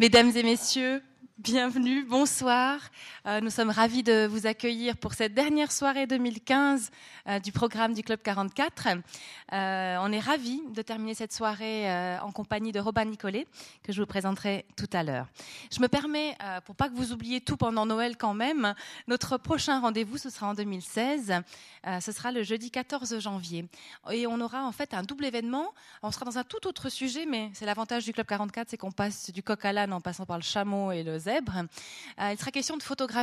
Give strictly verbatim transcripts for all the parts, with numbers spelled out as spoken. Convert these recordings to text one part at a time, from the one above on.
Mesdames et messieurs, bienvenue, bonsoir. Euh, nous sommes ravis de vous accueillir pour cette dernière soirée deux mille quinze euh, du programme du Club quarante-quatre. Euh, on est ravis de terminer cette soirée euh, en compagnie de Robin Nicollet, que je vous présenterai tout à l'heure. Je me permets, euh, pour pas que vous oubliez tout pendant Noël quand même, notre prochain rendez-vous, ce sera en deux mille seize. Euh, ce sera le jeudi quatorze janvier. Et on aura en fait un double événement. On sera dans un tout autre sujet, mais c'est l'avantage du Club quarante-quatre, c'est qu'on passe du coq à l'âne en passant par le chameau et le zèbre. Euh, il sera question de photographie.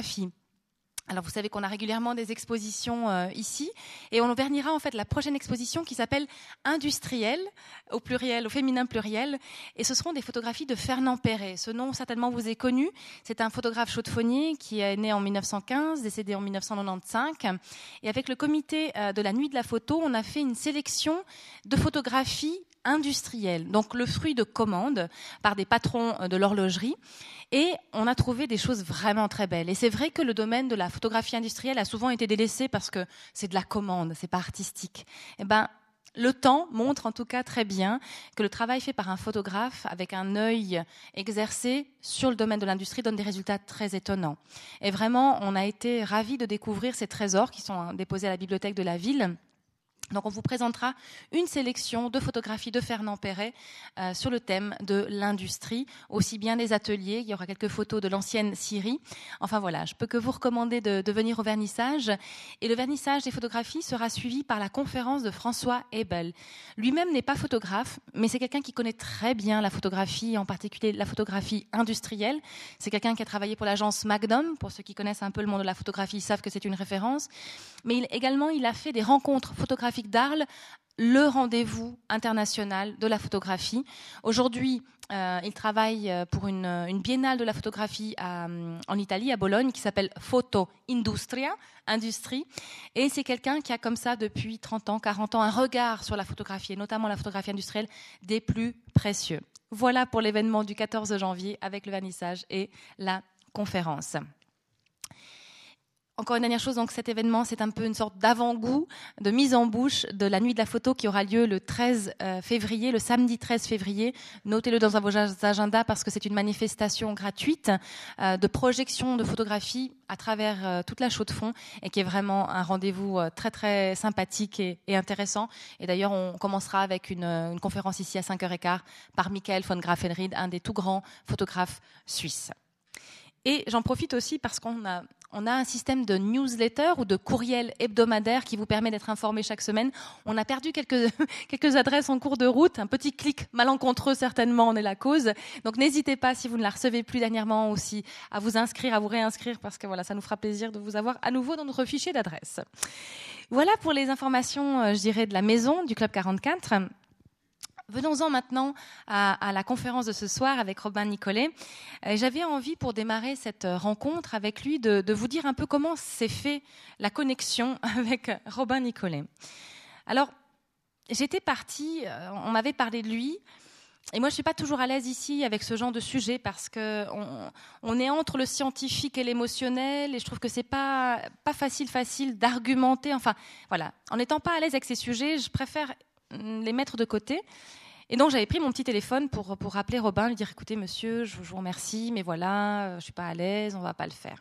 Alors vous savez qu'on a régulièrement des expositions euh, ici et on vernira en fait la prochaine exposition qui s'appelle Industriel, au pluriel, au féminin pluriel, et ce seront des photographies de Fernand Perret. Ce nom certainement vous est connu, c'est un photographe chaudefonnier qui est né en mille neuf cent quinze, décédé en mille neuf cent quatre-vingt-quinze, et avec le comité euh, de la Nuit de la Photo, on a fait une sélection de photographies industrielles, donc le fruit de commandes par des patrons de l'horlogerie. Et on a trouvé des choses vraiment très belles. Et c'est vrai que le domaine de la photographie industrielle a souvent été délaissé parce que c'est de la commande, c'est pas artistique. Eh ben, le temps montre en tout cas très bien que le travail fait par un photographe avec un œil exercé sur le domaine de l'industrie donne des résultats très étonnants. Et vraiment, on a été ravis de découvrir ces trésors qui sont déposés à la bibliothèque de la ville. Donc on vous présentera une sélection de photographies de Fernand Perret euh, sur le thème de l'industrie, aussi bien des ateliers, il y aura quelques photos de l'ancienne Syrie. Enfin voilà, je peux que vous recommander de, de venir au vernissage. Et le vernissage des photographies sera suivi par la conférence de François Hebel. Lui-même n'est pas photographe, mais c'est quelqu'un qui connaît très bien la photographie, en particulier la photographie industrielle. C'est quelqu'un qui a travaillé pour l'agence Magnum. Pour ceux qui connaissent un peu le monde de la photographie, ils savent que c'est une référence. Mais il, également, il a fait des rencontres photographiques d'Arles, le rendez-vous international de la photographie. Aujourd'hui, euh, il travaille pour une, une biennale de la photographie à, en Italie, à Bologne, qui s'appelle Foto Industria, Industrie. Et c'est quelqu'un qui a comme ça, depuis trente ans, quarante ans, un regard sur la photographie, et notamment la photographie industrielle, des plus précieux. Voilà pour l'événement du quatorze janvier, avec le vernissage et la conférence. Encore une dernière chose, donc cet événement, c'est un peu une sorte d'avant-goût, de mise en bouche de la Nuit de la Photo qui aura lieu le treize février, le samedi treize février. Notez-le dans vos agendas parce que c'est une manifestation gratuite euh, de projection de photographie à travers euh, toute la Chaux-de-Fonds et qui est vraiment un rendez-vous euh, très très sympathique et, et intéressant. Et d'ailleurs, on commencera avec une, une conférence ici à cinq heures quinze par Michael von Grafenried, un des tout grands photographes suisses. Et j'en profite aussi parce qu'on a On a un système de newsletter ou de courriel hebdomadaire qui vous permet d'être informé chaque semaine. On a perdu quelques, quelques adresses en cours de route. Un petit clic malencontreux, certainement, en est la cause. Donc, n'hésitez pas, si vous ne la recevez plus dernièrement, aussi à vous inscrire, à vous réinscrire, parce que voilà, ça nous fera plaisir de vous avoir à nouveau dans notre fichier d'adresse. Voilà pour les informations, je dirais, de la maison du Club quarante-quatre. Venons-en maintenant à, à la conférence de ce soir avec Robin Nicollet. Euh, j'avais envie, pour démarrer cette rencontre avec lui, de, de vous dire un peu comment s'est fait la connexion avec Robin Nicollet. Alors, j'étais partie, euh, on m'avait parlé de lui, et moi je ne suis pas toujours à l'aise ici avec ce genre de sujet parce qu'on on est entre le scientifique et l'émotionnel, et je trouve que ce n'est pas, pas facile, facile d'argumenter. Enfin, voilà, en n'étant pas à l'aise avec ces sujets, je préfère les mettre de côté. Et donc j'avais pris mon petit téléphone pour, pour rappeler Robin, lui dire écoutez monsieur, je vous remercie, mais voilà, je ne suis pas à l'aise, on ne va pas le faire.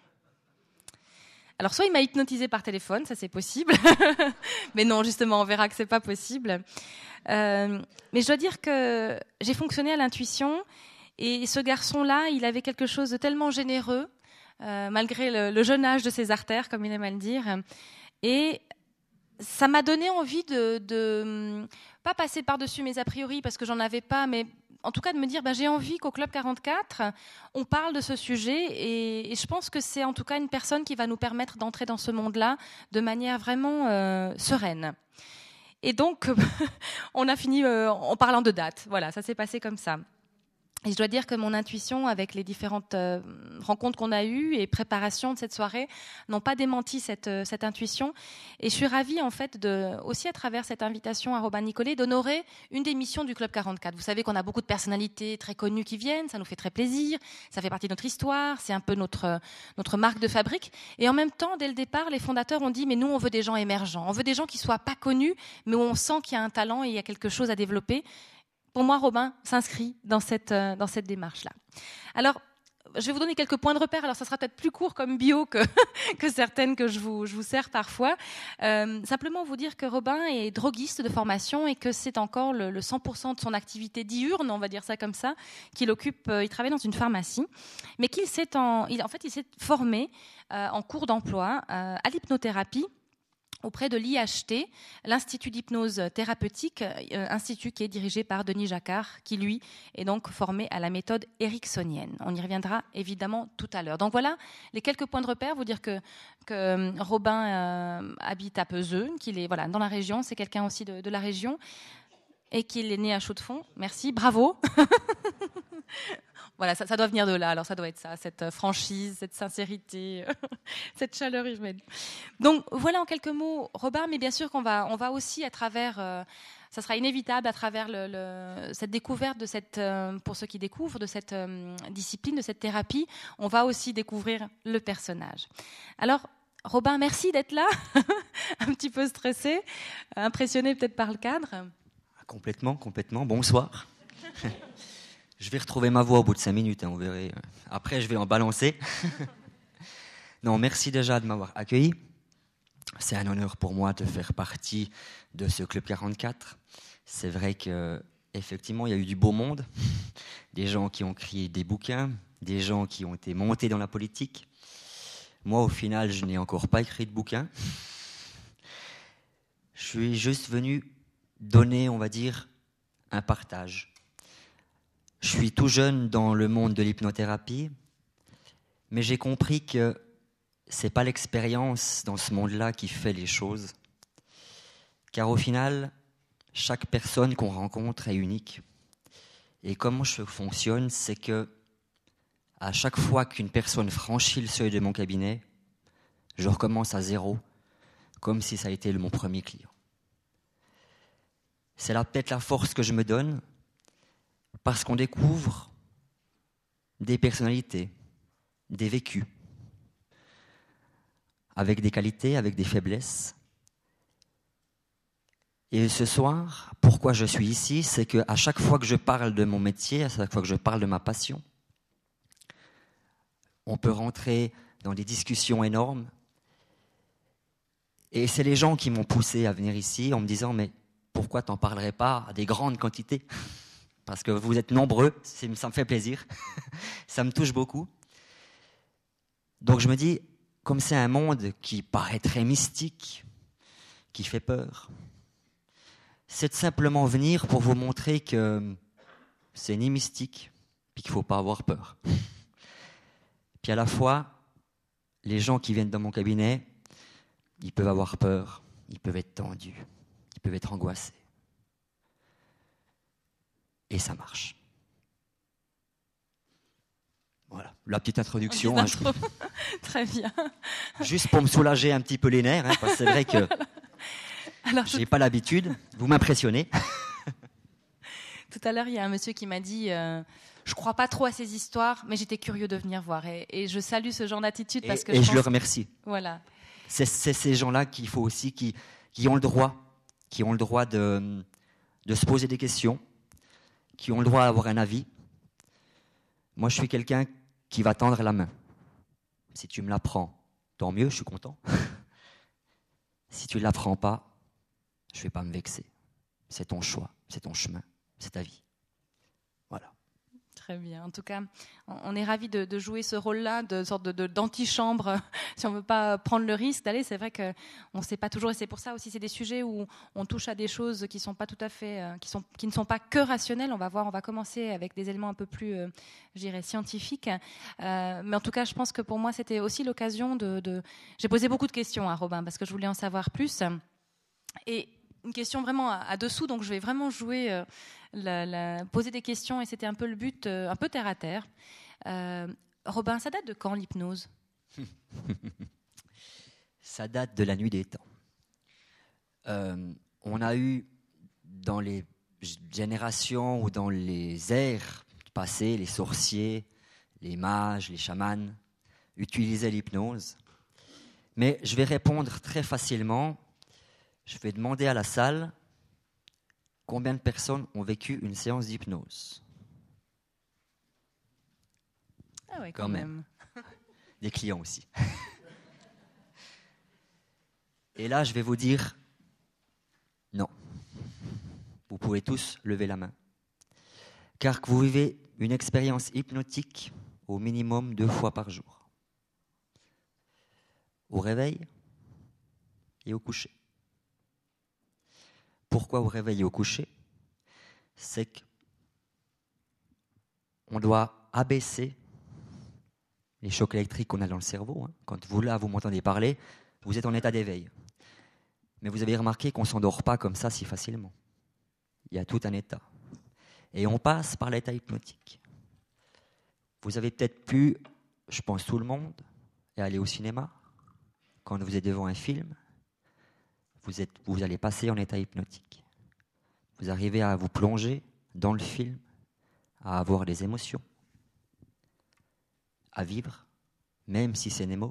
Alors soit il m'a hypnotisé par téléphone, ça c'est possible, mais non, justement on verra que c'est pas possible. Euh, mais je dois dire que j'ai fonctionné à l'intuition, et ce garçon-là, il avait quelque chose de tellement généreux, euh, malgré le, le jeune âge de ses artères, comme il aime à le dire, et ça m'a donné envie de, de pas passer par-dessus mes a priori parce que j'en avais pas, mais en tout cas de me dire, ben, j'ai envie qu'au Club quarante-quatre, on parle de ce sujet, et, et je pense que c'est en tout cas une personne qui va nous permettre d'entrer dans ce monde-là de manière vraiment euh, sereine. Et donc, on a fini euh, en parlant de date. Voilà, ça s'est passé comme ça. Et je dois dire que mon intuition, avec les différentes euh, rencontres qu'on a eues et préparations de cette soirée, n'ont pas démenti cette, euh, cette intuition. Et je suis ravie, en fait, de, aussi à travers cette invitation à Robin Nicollet, d'honorer une des missions du Club quarante-quatre. Vous savez qu'on a beaucoup de personnalités très connues qui viennent, ça nous fait très plaisir, ça fait partie de notre histoire, c'est un peu notre, notre marque de fabrique. Et en même temps, dès le départ, les fondateurs ont dit, mais nous, on veut des gens émergents, on veut des gens qui ne soient pas connus, mais où on sent qu'il y a un talent et il y a quelque chose à développer. pour moi, Robin s'inscrit dans cette, euh, dans cette démarche-là. Alors, je vais vous donner quelques points de repère. Alors, ça sera peut-être plus court comme bio que, que certaines que je vous, je vous sers parfois. Euh, simplement vous dire que Robin est droguiste de formation et que c'est encore le, le cent pour cent de son activité diurne, on va dire ça comme ça, qu'il occupe. Euh, il travaille dans une pharmacie, mais qu'il s'est en, il, en fait, il s'est formé euh, en cours d'emploi euh, à l'hypnothérapie auprès de l'I H T, l'Institut d'hypnose thérapeutique, euh, institut qui est dirigé par Denis Jacquard, qui lui est donc formé à la méthode ericksonienne. On y reviendra évidemment tout à l'heure. Donc voilà les quelques points de repère. Vous dire que, que Robin euh, habite à Peseux, qu'il est voilà, dans la région, c'est quelqu'un aussi de, de la région, et qu'il est né à Chaux-de-Fonds. Merci, bravo. Voilà, ça, ça doit venir de là, alors ça doit être ça, cette franchise, cette sincérité, cette chaleur humaine. Donc voilà en quelques mots Robin, mais bien sûr qu'on va, on va aussi à travers, euh, ça sera inévitable à travers le, le, cette découverte de cette, euh, pour ceux qui découvrent, de cette euh, discipline, de cette thérapie, on va aussi découvrir le personnage. Alors Robin, merci d'être là, un petit peu stressé, impressionné peut-être par le cadre. Complètement, complètement, bonsoir. Je vais retrouver ma voix au bout de cinq minutes, hein, vous verrez. Après, je vais en balancer. Non, merci déjà de m'avoir accueilli. C'est un honneur pour moi de faire partie de ce Club quarante-quatre. C'est vrai qu'effectivement, il y a eu du beau monde. Des gens qui ont écrit des bouquins, des gens qui ont été montés dans la politique. Moi, au final, je n'ai encore pas écrit de bouquin. Je suis juste venu donner, on va dire, un partage. Je suis tout jeune dans le monde de l'hypnothérapie, mais j'ai compris que c'est pas l'expérience dans ce monde-là qui fait les choses, car au final, chaque personne qu'on rencontre est unique. Et comment je fonctionne, c'est que à chaque fois qu'une personne franchit le seuil de mon cabinet, je recommence à zéro, comme si ça a été mon premier client. C'est là peut-être la force que je me donne, parce qu'on découvre des personnalités, des vécus, avec des qualités, avec des faiblesses. Et ce soir, pourquoi je suis ici, c'est qu'à chaque fois que je parle de mon métier, à chaque fois que je parle de ma passion, on peut rentrer dans des discussions énormes. Et c'est les gens qui m'ont poussé à venir ici en me disant « mais pourquoi t'en parlerais pas à des grandes quantités ?» Parce que vous êtes nombreux, ça me fait plaisir, ça me touche beaucoup. Donc je me dis, comme c'est un monde qui paraît très mystique, qui fait peur, c'est de simplement venir pour vous montrer que c'est ni mystique, puis qu'il ne faut pas avoir peur. Puis à la fois, les gens qui viennent dans mon cabinet, ils peuvent avoir peur, ils peuvent être tendus, ils peuvent être angoissés. Et ça marche. Voilà, la petite introduction. Hein, je... Très bien. Juste pour me soulager un petit peu les nerfs, hein, parce que c'est vrai que Alors, je n'ai tout... pas l'habitude. Vous m'impressionnez. Tout à l'heure, il y a un monsieur qui m'a dit euh, « Je ne crois pas trop à ces histoires, mais j'étais curieux de venir voir. » Et, et je salue ce genre d'attitude. Et, parce que et je, je pense... le remercie. Voilà. C'est, c'est ces gens-là qu'il faut aussi, qui, qui ont le droit, qui ont le droit de, de se poser des questions, qui ont le droit d'avoir un avis. Moi, je suis quelqu'un qui va tendre la main. Si tu me la prends, tant mieux, je suis content. Si tu ne la prends pas, je ne vais pas me vexer. C'est ton choix, c'est ton chemin, c'est ta vie. Voilà. Très bien. En tout cas, on est ravis de, de jouer ce rôle-là, de sorte de, de, d'antichambre, si on ne veut pas prendre le risque d'aller. C'est vrai qu'on ne sait pas toujours, et c'est pour ça aussi, c'est des sujets où on touche à des choses qui sont pas tout à fait, qui sont, qui ne sont pas que rationnelles. On va voir, on va commencer avec des éléments un peu plus, euh, je dirais, scientifiques. Euh, mais en tout cas, je pense que pour moi, c'était aussi l'occasion de, de. J'ai posé beaucoup de questions à Robin parce que je voulais en savoir plus. Et une question vraiment à, à dessous, donc je vais vraiment jouer, euh, la, la, poser des questions, et c'était un peu le but, euh, un peu terre à terre. Euh, Robin, ça date de quand l'hypnose ? Ça date de la nuit des temps. Euh, on a eu dans les générations ou dans les ères passées, les sorciers, les mages, les chamans utilisaient l'hypnose. Mais je vais répondre très facilement. Je vais demander à la salle Combien de personnes ont vécu une séance d'hypnose? Ah ouais, quand, Quand même. même. Des clients aussi. Et là, je vais vous dire non. Vous pouvez tous lever la main. Car que vous vivez une expérience hypnotique au minimum deux fois par jour. Au réveil et au coucher. Pourquoi au réveil et au coucher? C'est qu'on doit abaisser les chocs électriques qu'on a dans le cerveau. Hein. Quand vous, là, vous m'entendez parler, vous êtes en état d'éveil. Mais vous avez remarqué qu'on ne s'endort pas comme ça si facilement. Il y a tout un état. Et on passe par l'état hypnotique. Vous avez peut-être pu, je pense tout le monde, aller au cinéma. Quand vous êtes devant un film, vous, êtes, vous allez passer en état hypnotique. Vous arrivez à vous plonger dans le film, à avoir des émotions, à vivre, même si c'est Nemo.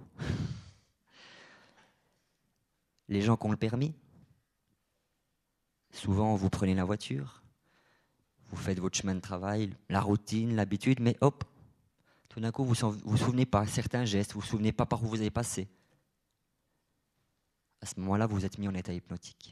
Les gens qui ont le permis, souvent vous prenez la voiture, vous faites votre chemin de travail, la routine, l'habitude, mais hop, tout d'un coup vous ne vous souvenez pas de certains gestes, vous ne vous souvenez pas par où vous avez passé. À ce moment-là, vous vous êtes mis en état hypnotique.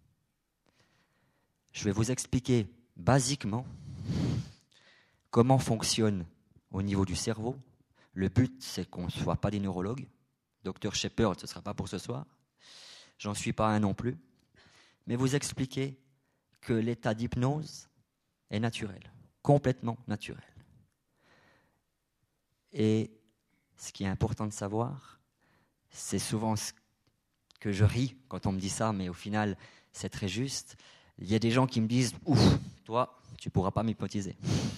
Je vais vous expliquer basiquement comment fonctionne au niveau du cerveau. Le but, c'est qu'on ne soit pas des neurologues. Docteur Shepard, ce ne sera pas pour ce soir. J'en suis pas un non plus. Mais vous expliquer que l'état d'hypnose est naturel, complètement naturel. Et ce qui est important de savoir, c'est souvent ce que je ris quand on me dit ça, mais au final, c'est très juste. Il y a des gens qui me disent « Ouf, toi, tu ne pourras pas m'hypnotiser ».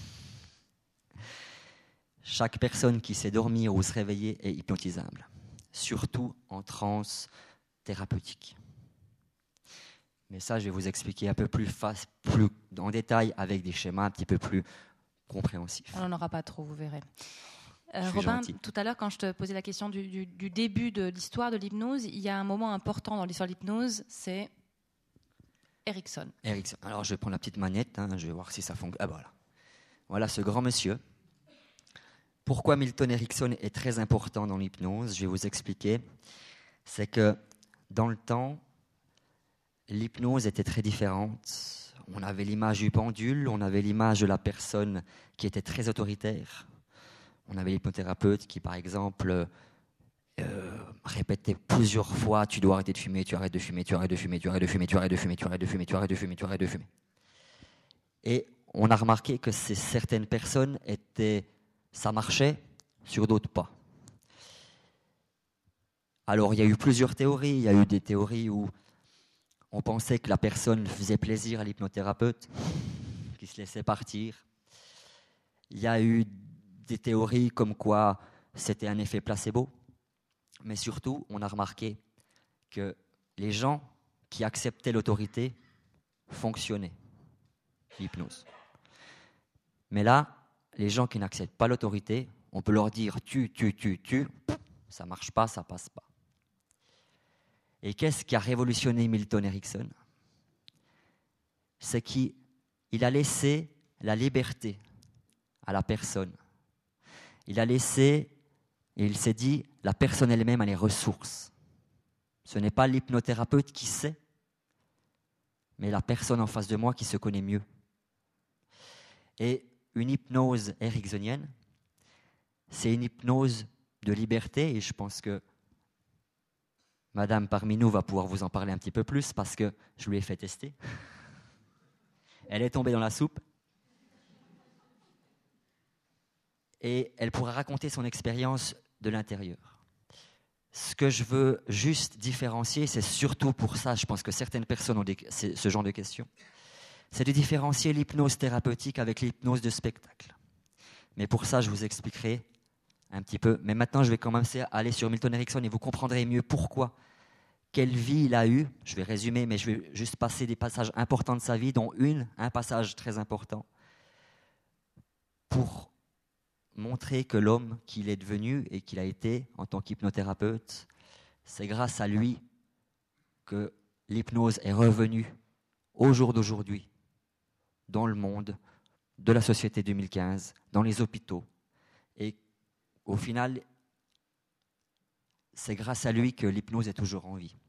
Chaque personne qui sait dormir ou se réveiller est hypnotisable, surtout en transe thérapeutique. Mais ça, je vais vous expliquer un peu plus, face, plus en détail avec des schémas un petit peu plus compréhensifs. On n'en aura pas trop, vous verrez. Euh, Je suis Robin, gentil. tout à l'heure, quand je te posais la question du, du, du début de l'histoire de l'hypnose, il y a un moment important dans l'histoire de l'hypnose, c'est Erickson. Erickson. Alors, je vais prendre la petite manette, hein, je vais voir si ça fonctionne. Ah, voilà. Voilà ce grand monsieur. Pourquoi Milton Erickson est très important dans l'hypnose? Je vais vous expliquer. C'est que dans le temps, l'hypnose était très différente. On avait l'image du pendule, on avait l'image de la personne qui était très autoritaire. On avait l'hypnothérapeute qui, par exemple, euh, répétait plusieurs fois « tu dois arrêter de fumer, tu arrêtes de fumer, tu arrêtes de fumer, tu arrêtes de fumer, tu arrêtes de fumer, tu arrêtes de fumer, tu arrêtes de fumer, tu arrêtes de fumer ». Et on a remarqué que ces, certaines personnes étaient, ça marchait, sur d'autres pas. Alors, il y a eu plusieurs théories. Il y a eu des théories où on pensait que la personne faisait plaisir à l'hypnothérapeute, qui se laissait partir. Il y a eu des théories comme quoi c'était un effet placebo. Mais surtout, on a remarqué que les gens qui acceptaient l'autorité fonctionnaient, l'hypnose. Mais là, les gens qui n'acceptent pas l'autorité, on peut leur dire « tu, tu, tu, tu », ça ne marche pas, ça ne passe pas. Et qu'est-ce qui a révolutionné Milton Erickson? C'est qu'il a laissé la liberté à la personne. Il a laissé, et il s'est dit, la personne elle-même a les ressources. Ce n'est pas l'hypnothérapeute qui sait, mais la personne en face de moi qui se connaît mieux. Et une hypnose ericksonienne, c'est une hypnose de liberté, et je pense que Madame parmi nous va pouvoir vous en parler un petit peu plus parce que je lui ai fait tester. Elle est tombée dans la soupe. Et elle pourra raconter son expérience de l'intérieur. Ce que je veux juste différencier, c'est surtout pour ça, je pense que certaines personnes ont des, ce genre de questions, c'est de différencier l'hypnose thérapeutique avec l'hypnose de spectacle. Mais pour ça, je vous expliquerai un petit peu. Mais maintenant, je vais commencer à aller sur Milton Erickson et vous comprendrez mieux pourquoi, quelle vie il a eu. Je vais résumer, mais je vais juste passer des passages importants de sa vie, dont une, un passage très important, pour montrer que l'homme qu'il est devenu et qu'il a été en tant qu'hypnothérapeute, c'est grâce à lui que l'hypnose est revenue au jour d'aujourd'hui dans le monde de la Société deux mille quinze, dans les hôpitaux. Et au final, c'est grâce à lui que l'hypnose est toujours en vie.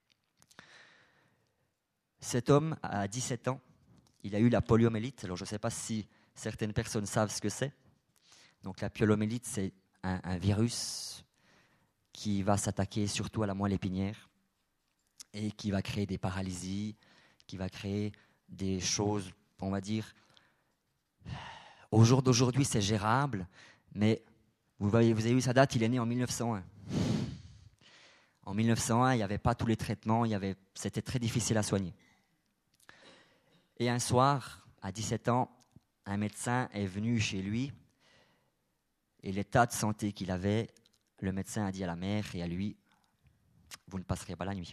Cet homme, à dix-sept ans, il a eu la poliomyélite. Alors, je ne sais pas si certaines personnes savent ce que c'est. Donc, la poliomyélite, c'est un, un virus qui va s'attaquer surtout à la moelle épinière et qui va créer des paralysies, qui va créer des choses, on va dire, au jour d'aujourd'hui, c'est gérable, mais vous voyez, vous avez vu sa date, il est né en mille neuf cent un. En mille neuf cent un, il n'y avait pas tous les traitements, il y avait, c'était très difficile à soigner. Et un soir, à dix-sept ans, un médecin est venu chez lui et l'état de santé qu'il avait, le médecin a dit à la mère et à lui, vous ne passerez pas la nuit.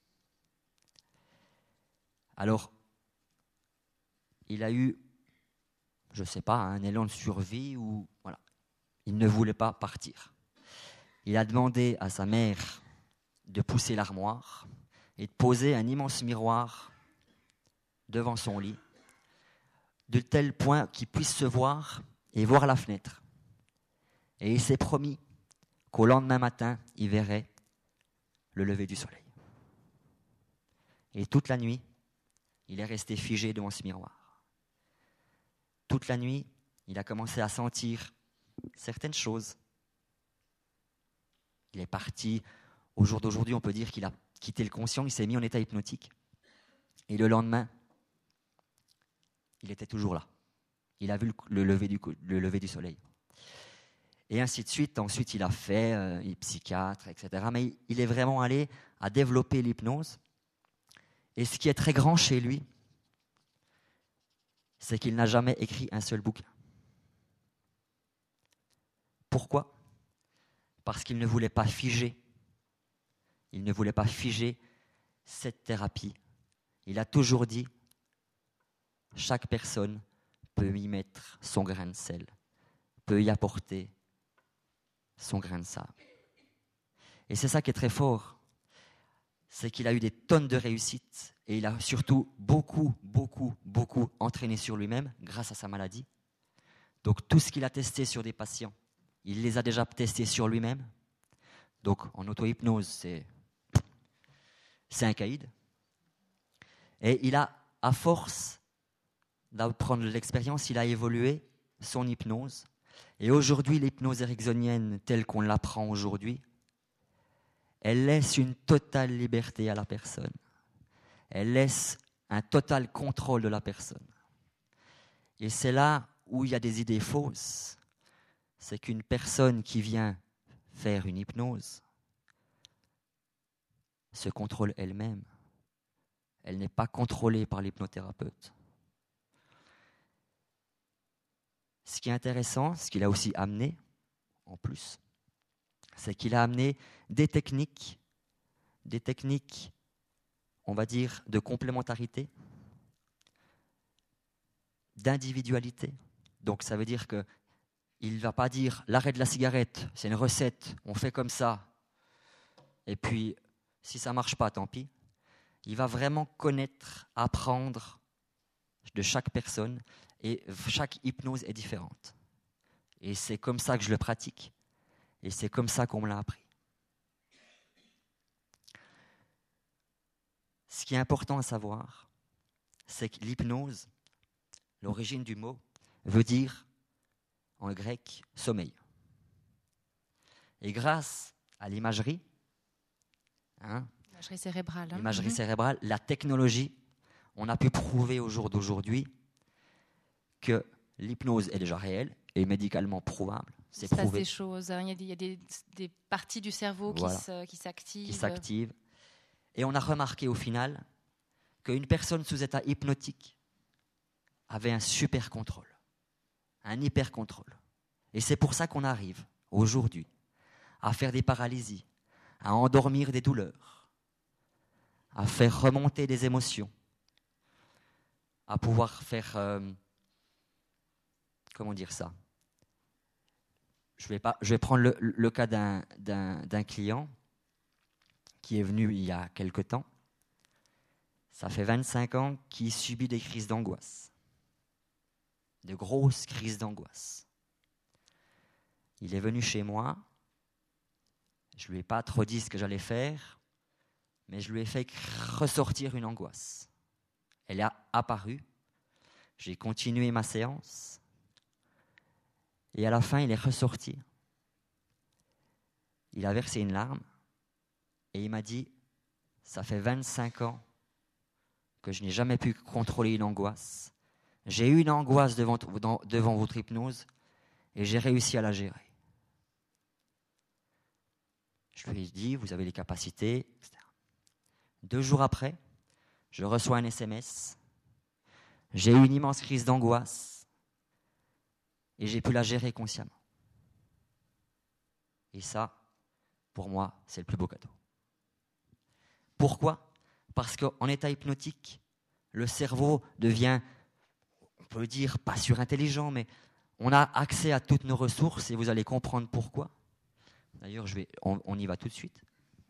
Alors, il a eu, je ne sais pas, un élan de survie ou voilà, il ne voulait pas partir. Il a demandé à sa mère de pousser l'armoire et de poser un immense miroir devant son lit, de tel point qu'il puisse se voir et voir la fenêtre. Et il s'est promis qu'au lendemain matin, il verrait le lever du soleil. Et toute la nuit, il est resté figé devant ce miroir. Toute la nuit, il a commencé à sentir certaines choses. Il est parti, au jour d'aujourd'hui, on peut dire qu'il a quitté le conscient, il s'est mis en état hypnotique. Et le lendemain, il était toujours là. Il a vu le lever du, le lever du soleil. Et ainsi de suite. Ensuite, il a fait, euh, il est psychiatre, et cetera. Mais il est vraiment allé à développer l'hypnose. Et ce qui est très grand chez lui, c'est qu'il n'a jamais écrit un seul bouquin. Pourquoi ? Parce qu'il ne voulait pas figer. Il ne voulait pas figer cette thérapie. Il a toujours dit, chaque personne peut y mettre son grain de sel, peut y apporter son grain de sable. Et c'est ça qui est très fort, c'est qu'il a eu des tonnes de réussites et il a surtout beaucoup, beaucoup, beaucoup entraîné sur lui-même grâce à sa maladie. Donc tout ce qu'il a testé sur des patients, il les a déjà testés sur lui-même. Donc en auto-hypnose, c'est, c'est un caïd. Et il a, à force d'apprendre l'expérience, il a évolué son hypnose. Et aujourd'hui, l'hypnose ericksonienne telle qu'on l'apprend aujourd'hui, elle laisse une totale liberté à la personne. Elle laisse un total contrôle de la personne. Et c'est là où il y a des idées fausses. C'est qu'une personne qui vient faire une hypnose se contrôle elle-même. Elle n'est pas contrôlée par l'hypnothérapeute. Ce qui est intéressant, ce qu'il a aussi amené, en plus, c'est qu'il a amené des techniques, des techniques, on va dire, de complémentarité, d'individualité. Donc ça veut dire qu'il ne va pas dire l'arrêt de la cigarette, c'est une recette, on fait comme ça, et puis si ça ne marche pas, tant pis. Il va vraiment connaître, apprendre de chaque personne, et chaque hypnose est différente. Et c'est comme ça que je le pratique. Et c'est comme ça qu'on me l'a appris. Ce qui est important à savoir, c'est que l'hypnose, l'origine du mot, veut dire, en grec, sommeil. Et grâce à l'imagerie, hein, l'imagerie cérébrale, hein. l'imagerie mmh. cérébrale, la technologie, on a pu prouver au jour d'aujourd'hui que l'hypnose est déjà réelle et médicalement prouvable. C'est Il se passe prouvé. des choses, hein. Il y a, des, il y a des, des parties du cerveau Voilà. qui, se, qui s'activent. Qui s'activent. Et on a remarqué au final qu'une personne sous état hypnotique avait un super contrôle, un hyper contrôle. Et c'est pour ça qu'on arrive aujourd'hui à faire des paralysies, à endormir des douleurs, à faire remonter des émotions, à pouvoir faire... Euh, comment dire ça ? Je vais, pas, je vais prendre le, le cas d'un, d'un, d'un client qui est venu il y a quelque temps. Ça fait vingt-cinq ans qu'il subit des crises d'angoisse. de grosses crises d'angoisse. Il est venu chez moi, je ne lui ai pas trop dit ce que j'allais faire, mais je lui ai fait ressortir une angoisse. Elle est apparue, j'ai continué ma séance, et à la fin, il est ressorti. Il a versé une larme, et il m'a dit, ça fait vingt-cinq ans que je n'ai jamais pu contrôler une angoisse. J'ai eu une angoisse devant, devant votre hypnose, et j'ai réussi à la gérer. Je lui ai dit, vous avez les capacités, et cetera. Deux jours après, je reçois un S M S. J'ai eu une immense crise d'angoisse et j'ai pu la gérer consciemment. Et ça, pour moi, c'est le plus beau cadeau. Pourquoi ? Parce qu'en état hypnotique, le cerveau devient, on peut dire, pas surintelligent, mais on a accès à toutes nos ressources et vous allez comprendre pourquoi. D'ailleurs, je vais, on, on y va tout de suite.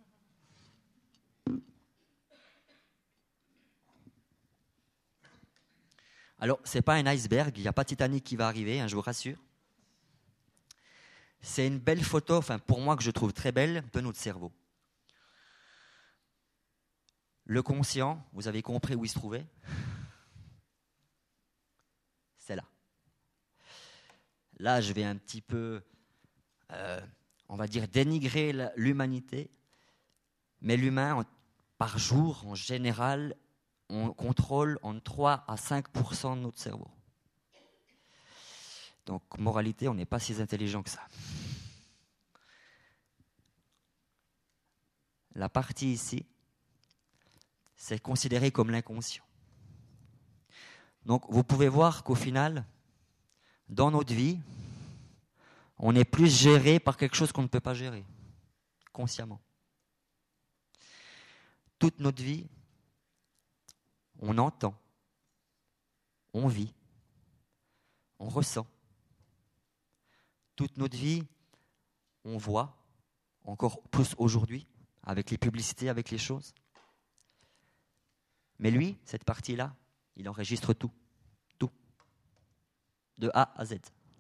Alors, ce n'est pas un iceberg, il n'y a pas Titanic qui va arriver, hein, je vous rassure. C'est une belle photo, enfin pour moi que je trouve très belle, de notre cerveau. Le conscient, vous avez compris où il se trouvait ? C'est là. Là, je vais un petit peu, euh, on va dire, dénigrer l'humanité, mais l'humain, par jour, en général, on contrôle entre trois à cinq pour cent de notre cerveau. Donc, moralité, on n'est pas si intelligent que ça. La partie ici, c'est considéré comme l'inconscient. Donc, vous pouvez voir qu'au final, dans notre vie, on est plus géré par quelque chose qu'on ne peut pas gérer, consciemment. Toute notre vie, on entend, on vit, on ressent. Toute notre vie, on voit, encore plus aujourd'hui, avec les publicités, avec les choses. Mais lui, cette partie-là, il enregistre tout, tout, de A à Z.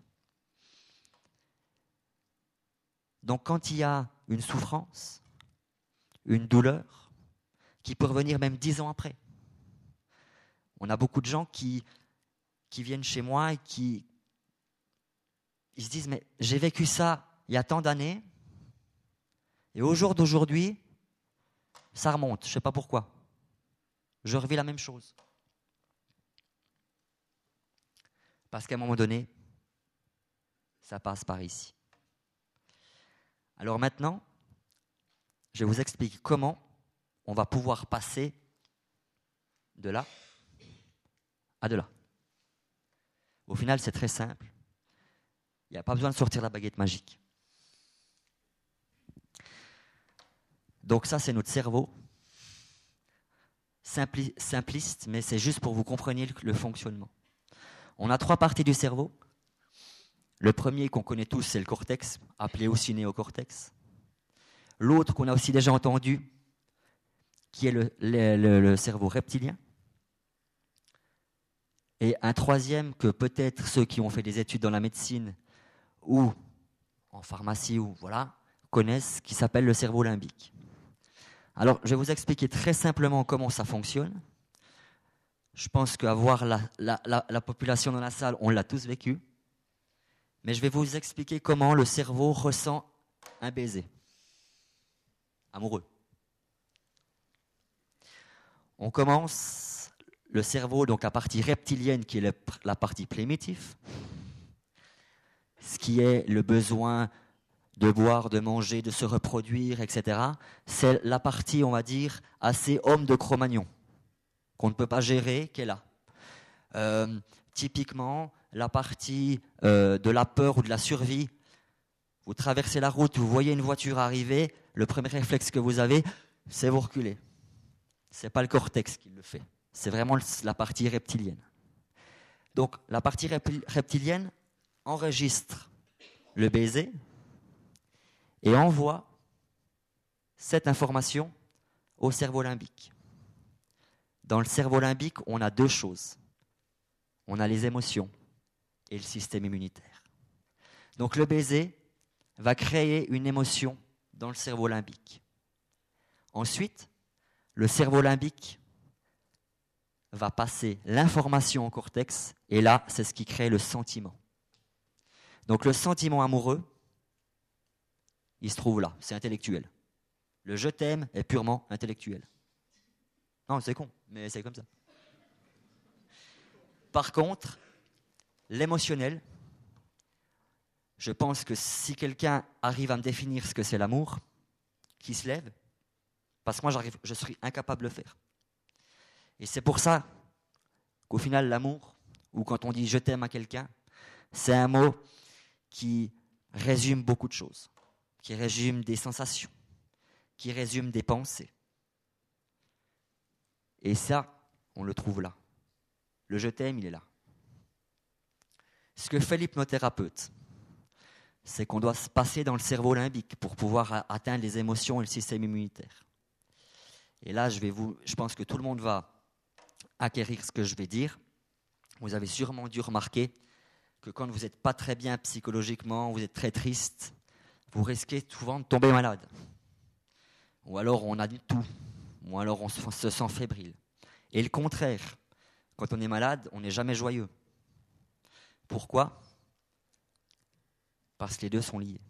Donc quand il y a une souffrance, une douleur, qui peut revenir même dix ans après, on a beaucoup de gens qui, qui viennent chez moi et qui ils se disent, mais j'ai vécu ça il y a tant d'années, et au jour d'aujourd'hui, ça remonte, je ne sais pas pourquoi. Je revis la même chose. Parce qu'à un moment donné, ça passe par ici. Alors maintenant, je vais vous expliquer comment on va pouvoir passer de là à de là. Au final, c'est très simple. Il n'y a pas besoin de sortir la baguette magique. Donc ça, c'est notre cerveau. Simpli- simpliste, mais c'est juste pour que vous compreniez le, le fonctionnement. On a trois parties du cerveau. Le premier qu'on connaît tous, c'est le cortex, appelé aussi néocortex. L'autre qu'on a aussi déjà entendu, qui est le, le, le, le cerveau reptilien. Et un troisième que peut-être ceux qui ont fait des études dans la médecine ou en pharmacie ou voilà connaissent, qui s'appelle le cerveau limbique. Alors, je vais vous expliquer très simplement comment ça fonctionne. Je pense qu'avoir la, la, la, la population dans la salle, on l'a tous vécu. Mais je vais vous expliquer comment le cerveau ressent un baiser. Amoureux. On commence le cerveau, donc la partie reptilienne qui est le, la partie primitive, ce qui est le besoin de boire, de manger, de se reproduire, et cetera. C'est la partie, on va dire, assez homme de Cro-Magnon, qu'on ne peut pas gérer, qui est là. Euh, typiquement, la partie euh, de la peur ou de la survie, vous traversez la route, vous voyez une voiture arriver, le premier réflexe que vous avez, c'est vous reculer. Ce n'est pas le cortex qui le fait, c'est vraiment la partie reptilienne. Donc, la partie reptilienne enregistre le baiser, et envoie cette information au cerveau limbique. Dans le cerveau limbique, on a deux choses. On a les émotions et le système immunitaire. Donc le baiser va créer une émotion dans le cerveau limbique. Ensuite, le cerveau limbique va passer l'information au cortex, et là, c'est ce qui crée le sentiment. Donc le sentiment amoureux, il se trouve là, c'est intellectuel. Le je t'aime est purement intellectuel. Non, c'est con, mais c'est comme ça. Par contre, l'émotionnel, je pense que si quelqu'un arrive à me définir ce que c'est l'amour, qui se lève, parce que moi j'arrive, je serais incapable de le faire. Et c'est pour ça qu'au final l'amour, ou quand on dit je t'aime à quelqu'un, c'est un mot qui résume beaucoup de choses, qui résume des sensations, qui résume des pensées. Et ça, on le trouve là. Le je t'aime, il est là. Ce que fait l'hypnothérapeute, c'est qu'on doit se passer dans le cerveau limbique pour pouvoir atteindre les émotions et le système immunitaire. Et là, je, vais vous, je pense que tout le monde va acquérir ce que je vais dire. Vous avez sûrement dû remarquer que quand vous n'êtes pas très bien psychologiquement, vous êtes très triste, vous risquez souvent de tomber malade. Ou alors on a du tout, ou alors on se sent fébrile. Et le contraire, quand on est malade, on n'est jamais joyeux. Pourquoi ? Parce que les deux sont liés.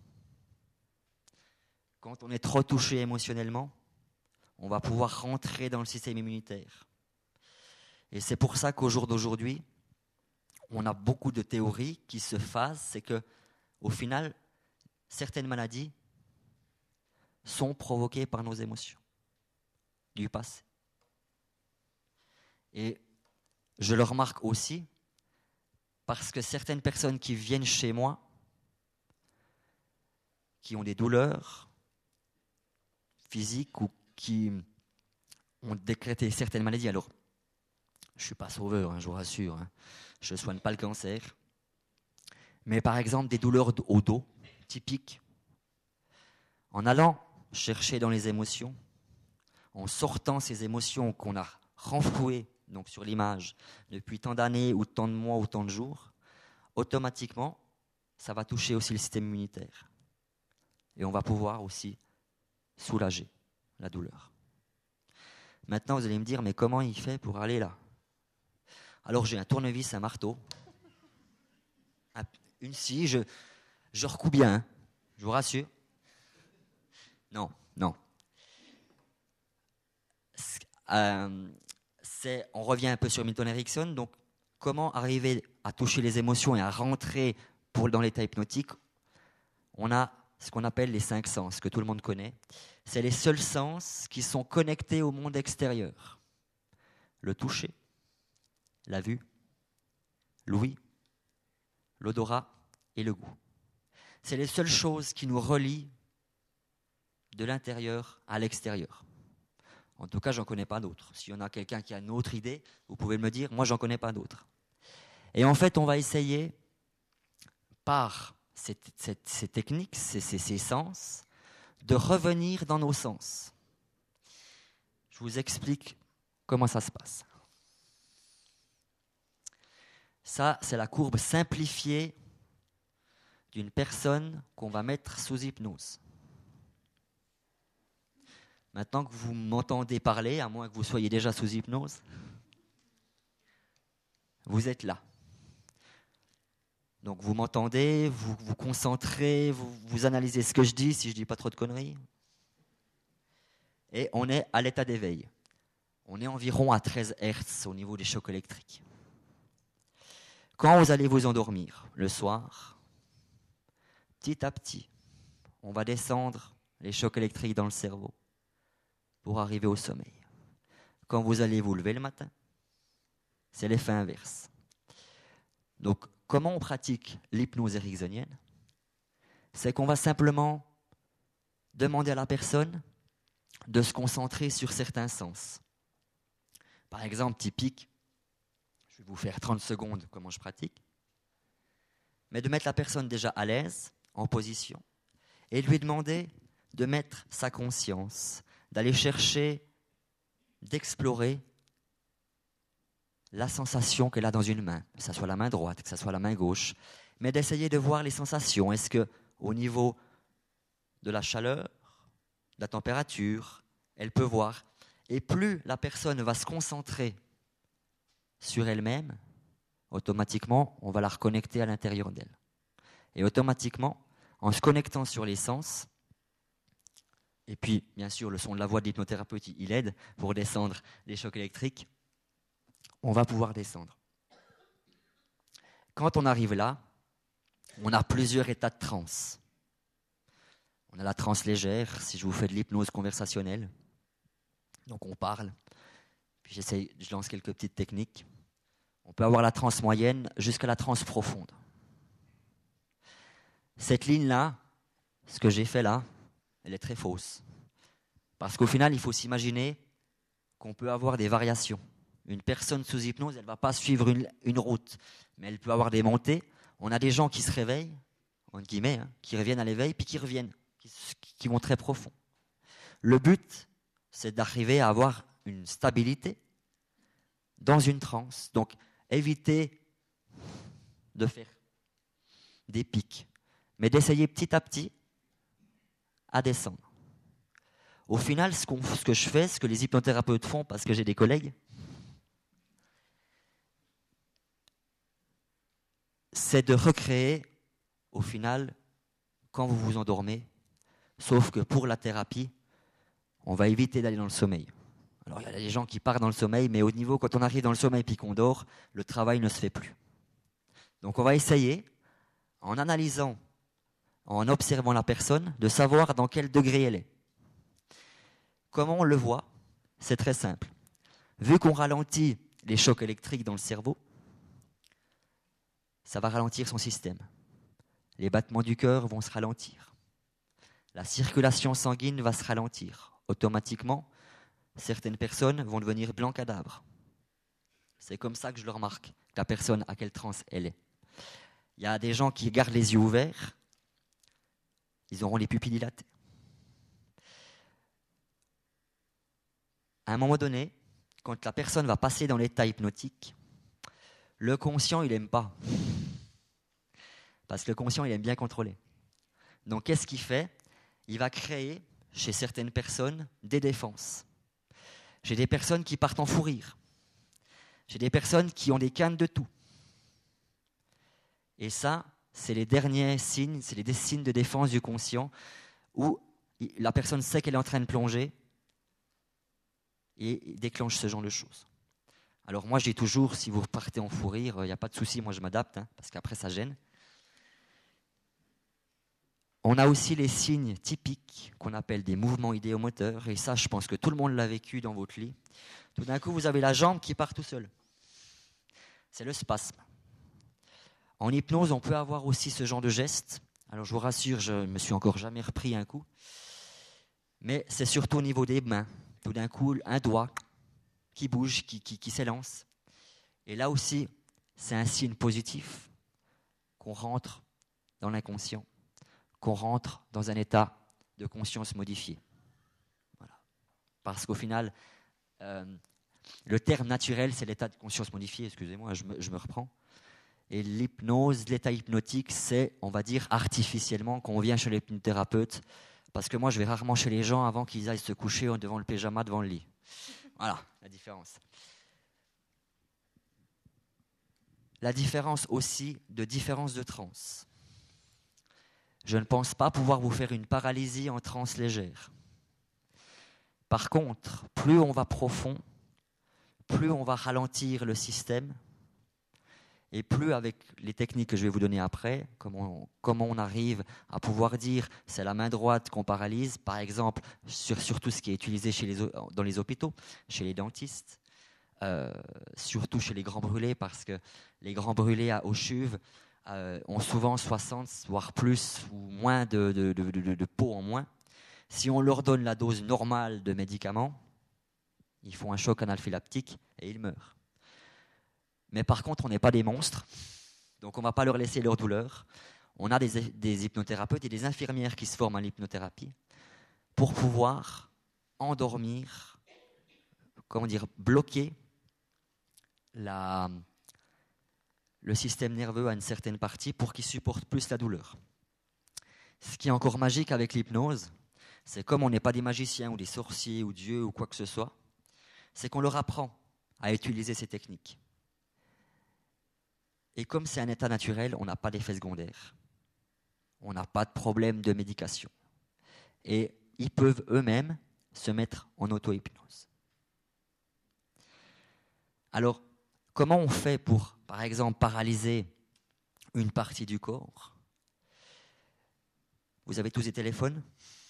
Quand on est trop touché émotionnellement, on va pouvoir rentrer dans le système immunitaire. Et c'est pour ça qu'au jour d'aujourd'hui, on a beaucoup de théories qui se phasent, c'est que, au final, certaines maladies sont provoquées par nos émotions du passé. Et je le remarque aussi parce que certaines personnes qui viennent chez moi, qui ont des douleurs physiques ou qui ont décrété certaines maladies, alors je ne suis pas sauveur, hein, je vous rassure, hein, je ne soigne pas le cancer, mais par exemple des douleurs au dos, typiques, en allant chercher dans les émotions, en sortant ces émotions qu'on a renflouées donc sur l'image depuis tant d'années ou tant de mois ou tant de jours, automatiquement, ça va toucher aussi le système immunitaire. Et on va pouvoir aussi soulager la douleur. Maintenant, vous allez me dire, mais comment il fait pour aller là ? Alors j'ai un tournevis, un marteau, une scie, je, je recouds bien, hein, je vous rassure. Non, non. Euh, c'est, on revient un peu sur Milton Erickson, donc comment arriver à toucher les émotions et à rentrer pour, dans l'état hypnotique ? On a ce qu'on appelle les cinq sens, que tout le monde connaît. C'est les seuls sens qui sont connectés au monde extérieur. Le toucher, la vue, l'ouïe, l'odorat et le goût. C'est les seules choses qui nous relient de l'intérieur à l'extérieur. En tout cas, j'en connais pas d'autres. S'il y en a quelqu'un qui a une autre idée, vous pouvez me le dire. Moi, j'en connais pas d'autres. Et en fait, on va essayer, par ces, ces, ces techniques, ces, ces, ces sens, de revenir dans nos sens. Je vous explique comment ça se passe. Ça, c'est la courbe simplifiée d'une personne qu'on va mettre sous hypnose. Maintenant que vous m'entendez parler, à moins que vous soyez déjà sous hypnose, vous êtes là. Donc vous m'entendez, vous vous concentrez, vous, vous analysez ce que je dis, si je ne dis pas trop de conneries. Et on est à l'état d'éveil. On est environ à treize hertz au niveau des chocs électriques. Quand vous allez vous endormir le soir, petit à petit, on va descendre les chocs électriques dans le cerveau pour arriver au sommeil. Quand vous allez vous lever le matin, c'est l'effet inverse. Donc, comment on pratique l'hypnose ericksonienne ? C'est qu'on va simplement demander à la personne de se concentrer sur certains sens. Par exemple, typique, je vais vous faire trente secondes comment je pratique, mais de mettre la personne déjà à l'aise, en position, et lui demander de mettre sa conscience, d'aller chercher, d'explorer la sensation qu'elle a dans une main, que ce soit la main droite, que ce soit la main gauche, mais d'essayer de voir les sensations. Est-ce qu'au niveau de la chaleur, de la température, elle peut voir. Et plus la personne va se concentrer sur elle-même, automatiquement, on va la reconnecter à l'intérieur d'elle. Et automatiquement, en se connectant sur les sens, et puis, bien sûr, le son de la voix de l'hypnothérapeute, il aide pour descendre les chocs électriques, on va pouvoir descendre. Quand on arrive là, on a plusieurs états de transe. On a la transe légère, si je vous fais de l'hypnose conversationnelle. Donc on parle, puis j'essaye, je lance quelques petites techniques. On peut avoir la transe moyenne jusqu'à la transe profonde. Cette ligne-là, ce que j'ai fait là, elle est très fausse. Parce qu'au final, il faut s'imaginer qu'on peut avoir des variations. Une personne sous hypnose, elle ne va pas suivre une, une route, mais elle peut avoir des montées. On a des gens qui se réveillent, entre guillemets, hein, qui reviennent à l'éveil, puis qui reviennent, qui, qui vont très profond. Le but, c'est d'arriver à avoir une stabilité dans une transe. Donc, éviter de faire des pics, mais d'essayer petit à petit à descendre. Au final, ce, qu'on, ce que je fais, ce que les hypnothérapeutes font, parce que j'ai des collègues, c'est de recréer, au final, quand vous vous endormez, sauf que pour la thérapie, on va éviter d'aller dans le sommeil. Alors, il y a des gens qui partent dans le sommeil, mais au niveau, quand on arrive dans le sommeil et qu'on dort, le travail ne se fait plus. Donc, on va essayer, en analysant, en observant la personne, de savoir dans quel degré elle est. Comment on le voit? C'est très simple. Vu qu'on ralentit les chocs électriques dans le cerveau, ça va ralentir son système. Les battements du cœur vont se ralentir. La circulation sanguine va se ralentir. Automatiquement, certaines personnes vont devenir blancs cadavres. C'est comme ça que je le remarque, la personne à quelle transe elle est. Il y a des gens qui gardent les yeux ouverts, ils auront les pupilles dilatées. À un moment donné, quand la personne va passer dans l'état hypnotique, le conscient, il n'aime pas. Parce que le conscient, il aime bien contrôler. Donc, qu'est-ce qu'il fait? Il va créer, chez certaines personnes, des défenses. J'ai des personnes qui partent en fou rire. J'ai des personnes qui ont des cannes de tout. Et ça, c'est les derniers signes, c'est les signes de défense du conscient où la personne sait qu'elle est en train de plonger et déclenche ce genre de choses. Alors moi, je dis toujours, si vous partez en fou rire, il n'y a pas de souci, moi je m'adapte, hein, parce qu'après ça gêne. On a aussi les signes typiques qu'on appelle des mouvements idéomoteurs, et ça, je pense que tout le monde l'a vécu dans votre lit. Tout d'un coup, vous avez la jambe qui part tout seul. C'est le spasme. En hypnose, on peut avoir aussi ce genre de geste. Alors je vous rassure, je ne me suis encore jamais repris un coup. Mais c'est surtout au niveau des mains. Tout d'un coup, un doigt qui bouge, qui, qui, qui s'élance. Et là aussi, c'est un signe positif qu'on rentre dans l'inconscient, qu'on rentre dans un état de conscience modifié. Voilà. Parce qu'au final, euh, le terme naturel, c'est l'état de conscience modifié. Excusez-moi, je me, je me reprends. Et l'hypnose, l'état hypnotique, c'est, on va dire, artificiellement, quand on vient chez l'hypnothérapeute. Parce que moi, je vais rarement chez les gens avant qu'ils aillent se coucher devant le pyjama, devant le lit. Voilà, la différence. La différence aussi de différence de transe. Je ne pense pas pouvoir vous faire une paralysie en transe légère. Par contre, plus on va profond, plus on va ralentir le système, et plus avec les techniques que je vais vous donner après, comment on, comment on arrive à pouvoir dire c'est la main droite qu'on paralyse, par exemple sur, sur tout ce qui est utilisé chez les, dans les hôpitaux, chez les dentistes, euh, surtout chez les grands brûlés, parce que les grands brûlés à, aux chuves euh, ont souvent soixante, voire plus, ou moins de, de, de, de, de peau en moins. Si on leur donne la dose normale de médicaments, ils font un choc anaphylactique et ils meurent. Mais par contre, on n'est pas des monstres, donc on ne va pas leur laisser leur douleur. On a des, des hypnothérapeutes et des infirmières qui se forment en hypnothérapie pour pouvoir endormir, comment dire, bloquer la, le système nerveux à une certaine partie pour qu'il supporte plus la douleur. Ce qui est encore magique avec l'hypnose, c'est comme on n'est pas des magiciens ou des sorciers ou dieux ou quoi que ce soit, c'est qu'on leur apprend à utiliser ces techniques. Et comme c'est un état naturel, on n'a pas d'effet secondaire. On n'a pas de problème de médication. Et ils peuvent eux-mêmes se mettre en auto-hypnose. Alors, comment on fait pour, par exemple, paralyser une partie du corps ? Vous avez tous des téléphones ?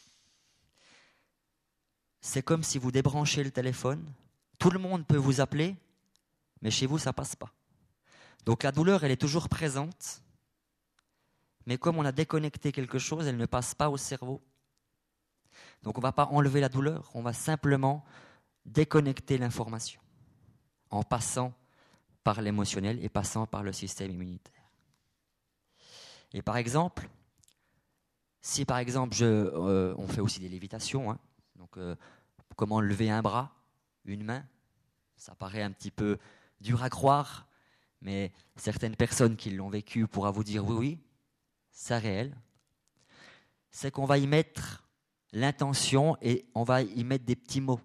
C'est comme si vous débranchez le téléphone. Tout le monde peut vous appeler, mais chez vous, ça ne passe pas. Donc la douleur, elle est toujours présente, mais comme on a déconnecté quelque chose, elle ne passe pas au cerveau. Donc on ne va pas enlever la douleur, on va simplement déconnecter l'information en passant par l'émotionnel et passant par le système immunitaire. Et par exemple, si par exemple, je, euh, on fait aussi des lévitations, hein, donc euh, comment lever un bras, une main, ça paraît un petit peu dur à croire, mais certaines personnes qui l'ont vécu pourront vous dire oui, oui, c'est réel. C'est qu'on va y mettre l'intention et on va y mettre des petits mots.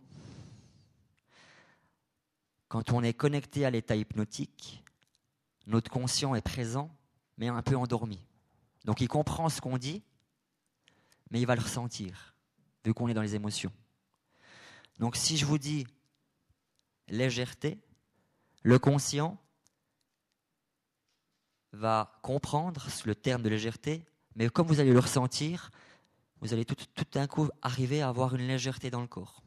Quand on est connecté à l'état hypnotique, notre conscient est présent, mais un peu endormi. Donc il comprend ce qu'on dit, mais il va le ressentir, vu qu'on est dans les émotions. Donc si je vous dis légèreté, le conscient va comprendre le terme de légèreté, mais comme vous allez le ressentir, vous allez tout, tout d'un coup arriver à avoir une légèreté dans le corps.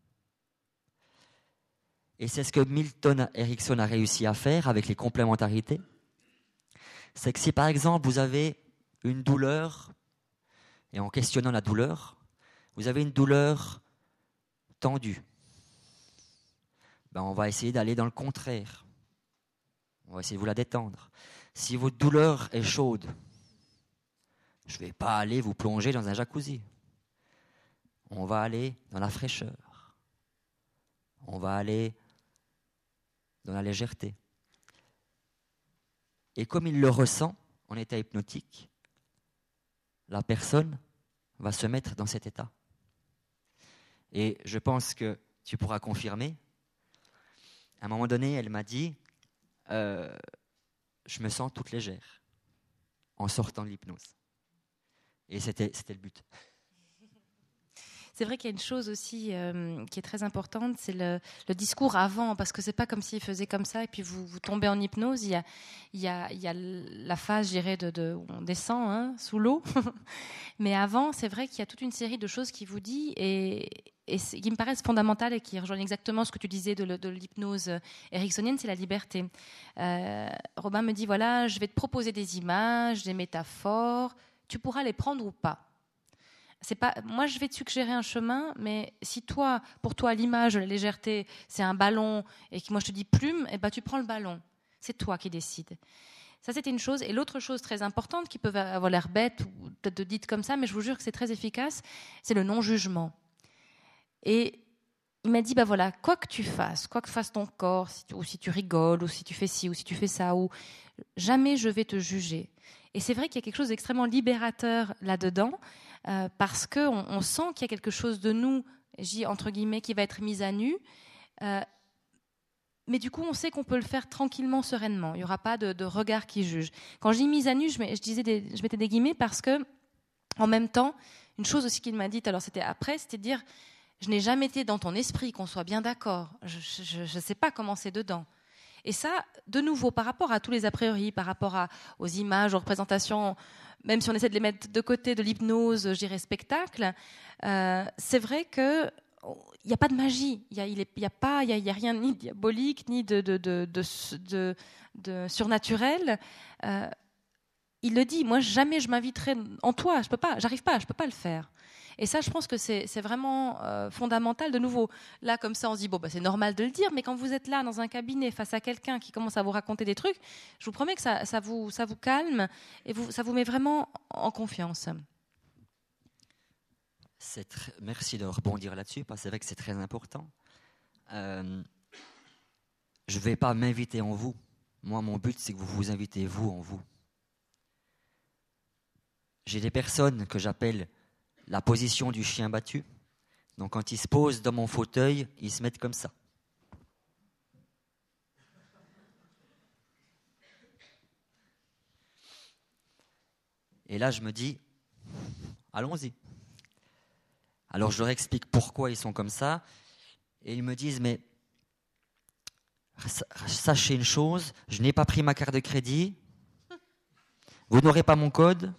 Et c'est ce que Milton Erickson a réussi à faire avec les complémentarités. C'est que si par exemple vous avez une douleur, et en questionnant la douleur, vous avez une douleur tendue, ben on va essayer d'aller dans le contraire. On va essayer de vous la détendre. Si votre douleur est chaude, je ne vais pas aller vous plonger dans un jacuzzi. On va aller dans la fraîcheur. On va aller dans la légèreté. Et comme il le ressent en état hypnotique, la personne va se mettre dans cet état. Et je pense que tu pourras confirmer. À un moment donné, elle m'a dit euh, je me sens toute légère en sortant de l'hypnose. Et c'était, c'était le but. C'est vrai qu'il y a une chose aussi euh, qui est très importante, c'est le, le discours avant, parce que c'est pas comme s'il faisait comme ça et puis vous, vous tombez en hypnose. Il y a, il y a, il y a la phase, je dirais, de, de, où on descend hein, sous l'eau. Mais avant, c'est vrai qu'il y a toute une série de choses qui vous dit et, et qui me paraissent fondamentales et qui rejoignent exactement ce que tu disais de, de l'hypnose ericksonienne, c'est la liberté. Euh, Robin me dit, voilà, je vais te proposer des images, des métaphores, tu pourras les prendre ou pas. C'est pas, moi, je vais te suggérer un chemin, mais si toi, pour toi, l'image, la légèreté, c'est un ballon, et que moi je te dis plume, eh ben, tu prends le ballon. C'est toi qui décides. Ça, c'était une chose. Et l'autre chose très importante, qui peut avoir l'air bête, ou peut-être dite comme ça, mais je vous jure que c'est très efficace, c'est le non-jugement. Et il m'a dit, bah voilà, quoi que tu fasses, quoi que fasse ton corps, si tu, ou si tu rigoles, ou si tu fais ci, ou si tu fais ça, ou jamais je vais te juger. Et c'est vrai qu'il y a quelque chose d'extrêmement libérateur là-dedans, euh, parce qu'on on sent qu'il y a quelque chose de nous, j'ai entre guillemets, qui va être mis à nu. Euh, mais du coup, on sait qu'on peut le faire tranquillement, sereinement. Il n'y aura pas de, de regard qui juge. Quand je dis mise à nu, je, mets, je, disais des, je mettais des guillemets parce que, en même temps, une chose aussi qu'il m'a dite, alors c'était après, c'était de dire, je n'ai jamais été dans ton esprit, qu'on soit bien d'accord. Je ne sais pas comment c'est dedans. Et ça, de nouveau, par rapport à tous les a priori, par rapport à, aux images, aux représentations, même si on essaie de les mettre de côté de l'hypnose, je dirais spectacle, euh, c'est vrai que il n'y a pas de magie, il n'y a, il est, il y a, pas, il y a, il y a rien ni de diabolique, ni de, de, de, de, de, de surnaturel. Euh, il le dit, moi jamais je m'inviterai en toi, je peux pas, j'arrive pas, je peux pas le faire. Et ça, je pense que c'est, c'est vraiment euh, fondamental. De nouveau, là, comme ça, on se dit, bon, bah, c'est normal de le dire, mais quand vous êtes là, dans un cabinet, face à quelqu'un qui commence à vous raconter des trucs, je vous promets que ça, ça, vous, ça vous calme et vous, ça vous met vraiment en confiance. C'est très... Merci de rebondir là-dessus, parce que c'est vrai que c'est très important. Euh... je ne vais pas m'inviter en vous. Moi, mon but, c'est que vous vous invitez, vous, en vous. J'ai des personnes que j'appelle la position du chien battu. Donc, quand ils se posent dans mon fauteuil, ils se mettent comme ça. Et là, je me dis, allons-y. Alors, je leur explique pourquoi ils sont comme ça. Et ils me disent, mais sachez une chose, je n'ai pas pris ma carte de crédit. Vous n'aurez pas mon code.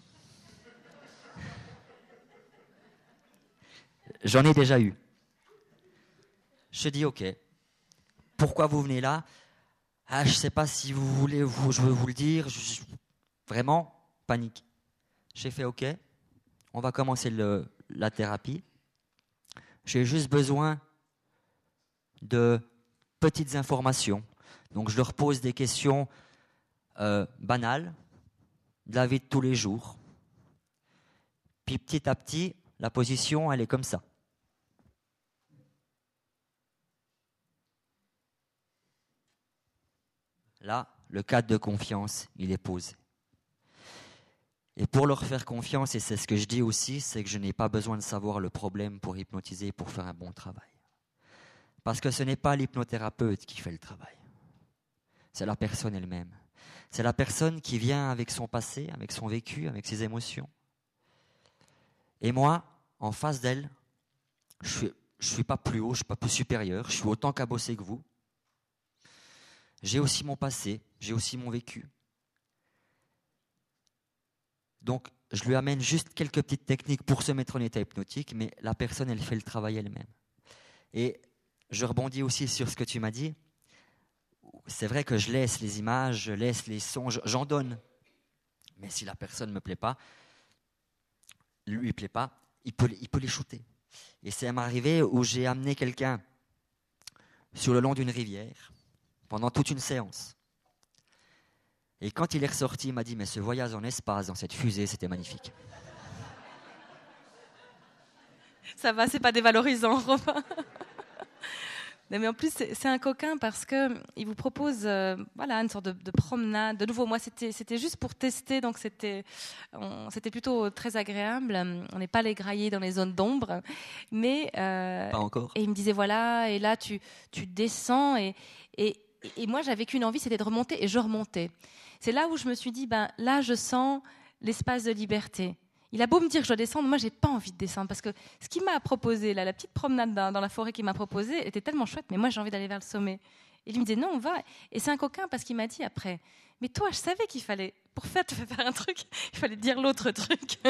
J'en ai déjà eu. Je dis, ok, pourquoi vous venez là? Ah, je ne sais pas si vous voulez, vous, je veux vous le dire. Je, je, vraiment, panique. J'ai fait, ok, on va commencer le, la thérapie. J'ai juste besoin de petites informations. Donc, je leur pose des questions euh, banales, de la vie de tous les jours. Puis, petit à petit, la position, elle est comme ça. Là, le cadre de confiance, il est posé. Et pour leur faire confiance, et c'est ce que je dis aussi, c'est que je n'ai pas besoin de savoir le problème pour hypnotiser, pour faire un bon travail. Parce que ce n'est pas l'hypnothérapeute qui fait le travail. C'est la personne elle-même. C'est la personne qui vient avec son passé, avec son vécu, avec ses émotions. Et moi, en face d'elle, je suis, je suis pas plus haut, je suis pas plus supérieur, je suis autant cabossé que vous. J'ai aussi mon passé, j'ai aussi mon vécu. Donc, je lui amène juste quelques petites techniques pour se mettre en état hypnotique, mais la personne, elle fait le travail elle-même. Et je rebondis aussi sur ce que tu m'as dit. C'est vrai que je laisse les images, je laisse les sons, j'en donne. Mais si la personne ne me plaît pas, lui ne plaît pas, il peut, il peut les shooter. Et c'est m'arrivé où j'ai amené quelqu'un sur le long d'une rivière pendant toute une séance. Et quand il est ressorti, il m'a dit, mais ce voyage en espace, dans cette fusée, c'était magnifique. Ça va, c'est pas dévalorisant, Romain. Non, mais en plus, c'est, c'est un coquin parce qu'il vous propose euh, voilà, une sorte de, de promenade. De nouveau, moi, c'était, c'était juste pour tester, donc c'était, on, c'était plutôt très agréable. On n'est pas les grailler dans les zones d'ombre. Mais, euh, pas encore. Et il me disait, voilà, et là, tu, tu descends. Et, et, et moi, j'avais qu'une envie, c'était de remonter, et je remontais. C'est là où je me suis dit, ben, là, je sens l'espace de liberté. Il a beau me dire que je dois descendre, moi, j'ai pas envie de descendre parce que ce qu'il m'a proposé, là, la petite promenade dans, dans la forêt qu'il m'a proposée, était tellement chouette, mais moi, j'ai envie d'aller vers le sommet. Et il me disait, non, on va. Et c'est un coquin parce qu'il m'a dit après, mais toi, je savais qu'il fallait, pour faire, te faire un truc, il fallait dire l'autre truc.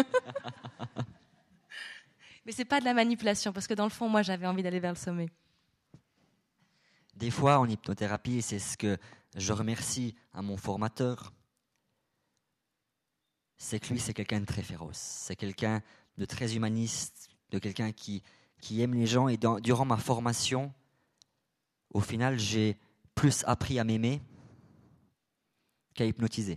Mais c'est pas de la manipulation parce que dans le fond, moi, j'avais envie d'aller vers le sommet. Des fois, en hypnothérapie, et c'est ce que je remercie à mon formateur, c'est que lui, c'est quelqu'un de très féroce. C'est quelqu'un de très humaniste, de quelqu'un qui, qui aime les gens. Et dans, durant ma formation, au final, j'ai plus appris à m'aimer qu'à hypnotiser.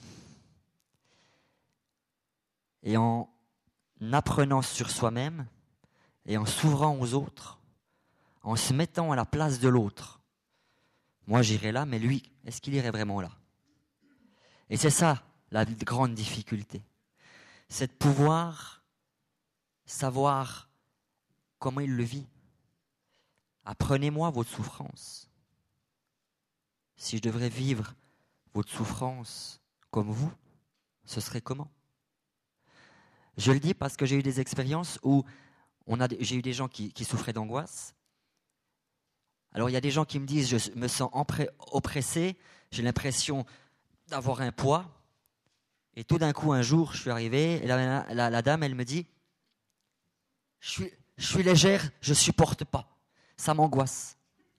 Et en apprenant sur soi-même et en s'ouvrant aux autres, en se mettant à la place de l'autre, moi j'irai là, mais lui, est-ce qu'il irait vraiment là? Et c'est ça la grande difficulté, c'est de pouvoir savoir comment il le vit. Apprenez-moi votre souffrance. Si je devrais vivre votre souffrance comme vous, ce serait comment? Je le dis parce que j'ai eu des expériences où on a, j'ai eu des gens qui, qui souffraient d'angoisse. Alors il y a des gens qui me disent, je me sens oppressé, j'ai l'impression d'avoir un poids. Et tout d'un coup, un jour, je suis arrivé, et la, la, la dame, elle me dit, je suis, je suis légère, je ne supporte pas, ça m'angoisse.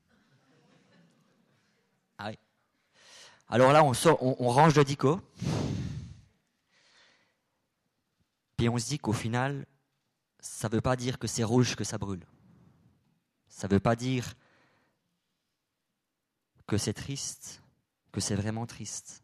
Ah oui. Alors là, on, sort, on, on range le dico, puis on se dit qu'au final, ça ne veut pas dire que c'est rouge que ça brûle. Ça ne veut pas dire que c'est triste, que c'est vraiment triste.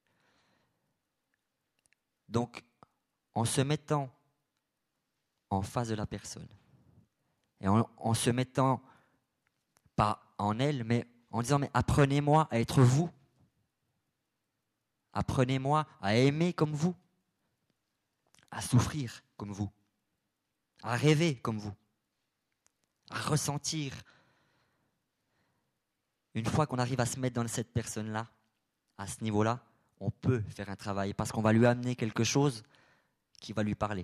Donc, en se mettant en face de la personne, et en, en se mettant pas en elle, mais en disant, mais apprenez-moi à être vous. Apprenez-moi à aimer comme vous, à souffrir comme vous, à rêver comme vous, à ressentir. Une fois qu'on arrive à se mettre dans cette personne-là, à ce niveau-là, on peut faire un travail parce qu'on va lui amener quelque chose qui va lui parler.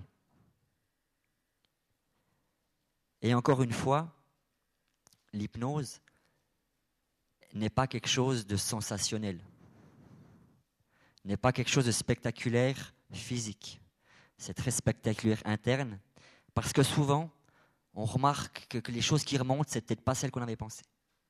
Et encore une fois, l'hypnose n'est pas quelque chose de sensationnel, n'est pas quelque chose de spectaculaire physique. C'est très spectaculaire interne, parce que souvent, on remarque que, que les choses qui remontent, c'est peut-être pas celles qu'on avait pensées.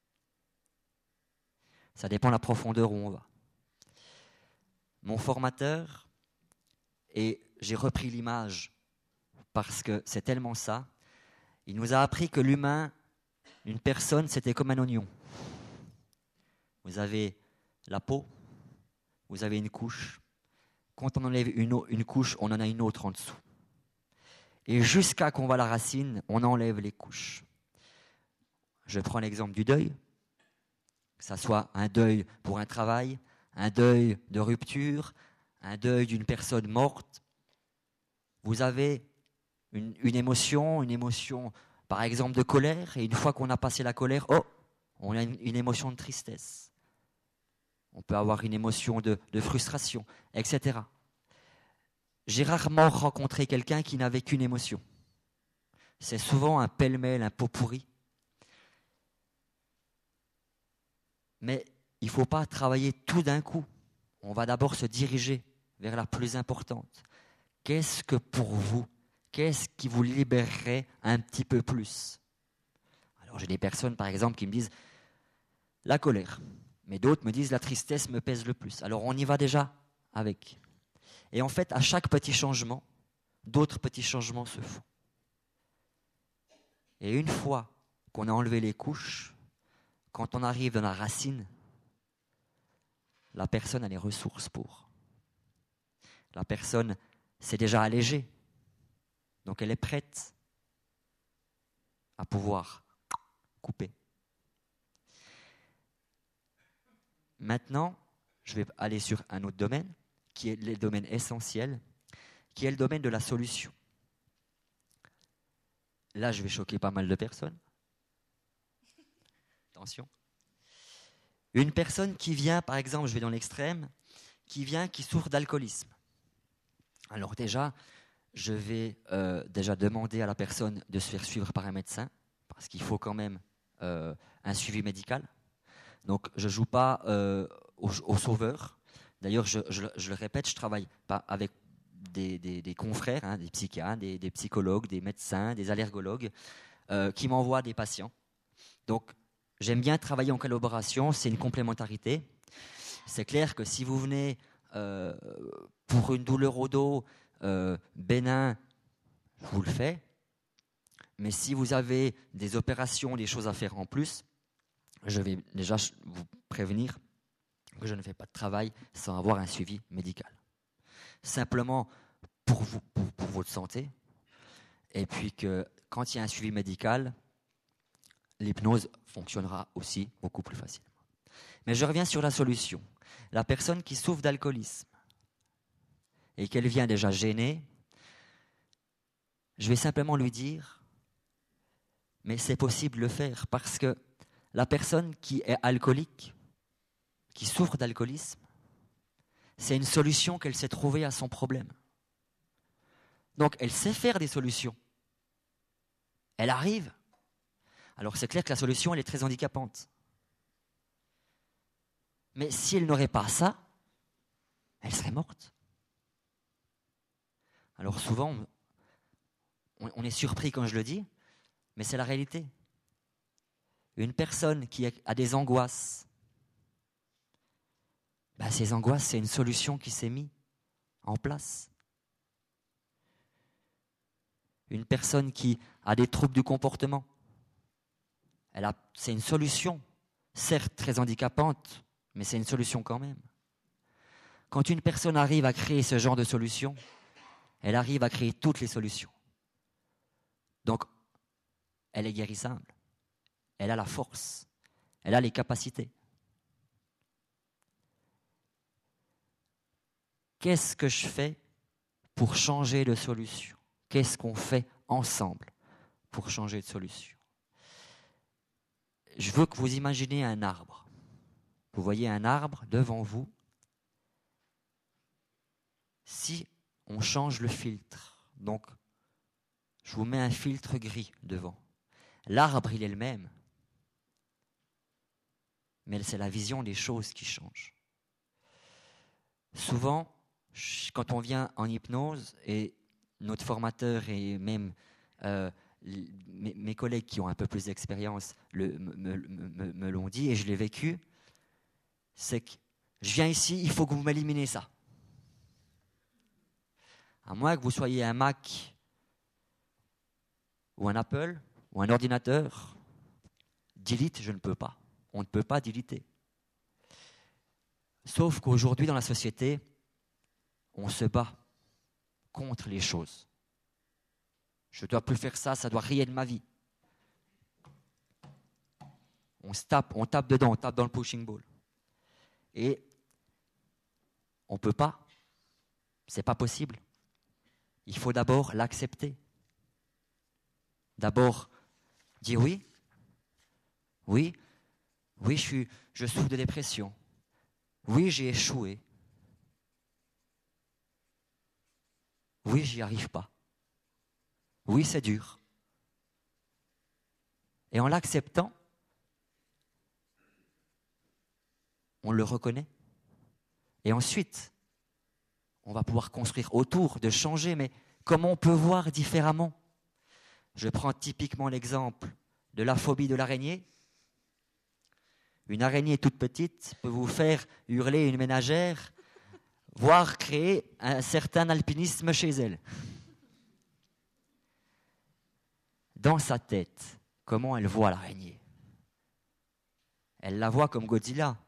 Ça dépend de la profondeur où on va. Mon formateur, et j'ai repris l'image parce que c'est tellement ça, il nous a appris que l'humain, une personne, c'était comme un oignon. Vous avez la peau, vous avez une couche. Quand on enlève une, une couche, on en a une autre en dessous. Et jusqu'à qu'on va à la racine, on enlève les couches. Je prends l'exemple du deuil, que ce soit un deuil pour un travail, un deuil de rupture, un deuil d'une personne morte. Vous avez une, une émotion, une émotion par exemple de colère, et une fois qu'on a passé la colère, oh, on a une, une émotion de tristesse. On peut avoir une émotion de, de frustration, et cetera. J'ai rarement rencontré quelqu'un qui n'avait qu'une émotion. C'est souvent un pêle-mêle, un pot pourri. Mais il ne faut pas travailler tout d'un coup. On va d'abord se diriger vers la plus importante. Qu'est-ce que pour vous, qu'est-ce qui vous libérerait un petit peu plus? Alors j'ai des personnes par exemple qui me disent la colère. Mais d'autres me disent la tristesse me pèse le plus. Alors on y va déjà avec. Et en fait, à chaque petit changement, d'autres petits changements se font. Et une fois qu'on a enlevé les couches, quand on arrive dans la racine, la personne a les ressources pour. La personne s'est déjà allégée. Donc elle est prête à pouvoir couper. Maintenant, je vais aller sur un autre domaine, qui est le domaine essentiel, qui est le domaine de la solution. Là, je vais choquer pas mal de personnes. Attention. Une personne qui vient, par exemple, je vais dans l'extrême, qui vient, qui souffre d'alcoolisme. Alors déjà, je vais euh, déjà demander à la personne de se faire suivre par un médecin, parce qu'il faut quand même euh, un suivi médical. Donc, je ne joue pas euh, au, au sauveur. D'ailleurs, je, je, je le répète, je travaille pas avec des, des, des confrères, hein, des psychiatres, des, des psychologues, des médecins, des allergologues, euh, qui m'envoient des patients. Donc, j'aime bien travailler en collaboration, c'est une complémentarité. C'est clair que si vous venez euh, pour une douleur au dos euh, bénin, je vous le fais. Mais si vous avez des opérations, des choses à faire en plus, je vais déjà vous prévenir que je ne fais pas de travail sans avoir un suivi médical. Simplement pour, vous, pour, pour votre santé. Et puis que quand il y a un suivi médical, l'hypnose fonctionnera aussi beaucoup plus facilement. Mais je reviens sur la solution. La personne qui souffre d'alcoolisme et qu'elle vient déjà gênée, je vais simplement lui dire, mais c'est possible de le faire parce que la personne qui est alcoolique, qui souffre d'alcoolisme, c'est une solution qu'elle s'est trouvée à son problème. Donc, elle sait faire des solutions. Elle arrive. Alors, c'est clair que la solution, elle est très handicapante. Mais si elle n'aurait pas ça, elle serait morte. Alors, souvent, on est surpris quand je le dis, mais c'est la réalité. Une personne qui a des angoisses, ben ces angoisses, c'est une solution qui s'est mise en place. Une personne qui a des troubles du comportement, elle a, c'est une solution, certes très handicapante, mais c'est une solution quand même. Quand une personne arrive à créer ce genre de solution, elle arrive à créer toutes les solutions. Donc, elle est guérissable. Elle a la force, Elle a les capacités. Qu'est-ce que je fais pour changer de solution? Qu'est-ce qu'on fait ensemble pour changer de solution? Je veux que vous imaginez un arbre. Vous voyez un arbre devant vous. Si on change le filtre, donc je vous mets un filtre gris devant. L'arbre, il est le même. Mais c'est la vision des choses qui change. Souvent, quand on vient en hypnose, et notre formateur et même euh, mes, mes collègues qui ont un peu plus d'expérience le, me, me, me, me l'ont dit, et je l'ai vécu, c'est que je viens ici, il faut que vous m'éliminez ça. À moins que vous soyez un Mac ou un Apple ou un ordinateur, delete, je ne peux pas. On ne peut pas deleter. Sauf qu'aujourd'hui, dans la société, on se bat contre les choses. Je ne dois plus faire ça, ça doit rayer de ma vie. On se tape, on tape dedans, on tape dans le pushing ball. Et on ne peut pas. Ce n'est pas possible. Il faut d'abord l'accepter. D'abord dire oui. Oui, oui, je, suis, je souffre de dépression. Oui, j'ai échoué. Oui, j'y arrive pas. Oui, c'est dur. Et en l'acceptant, on le reconnaît. Et ensuite, on va pouvoir construire autour, de changer, mais comment on peut voir différemment? Je prends typiquement l'exemple de la phobie de l'araignée. Une araignée toute petite peut vous faire hurler une ménagère, voire créer un certain alpinisme chez elle. Dans sa tête, comment elle voit l'araignée? Elle la voit comme Godzilla.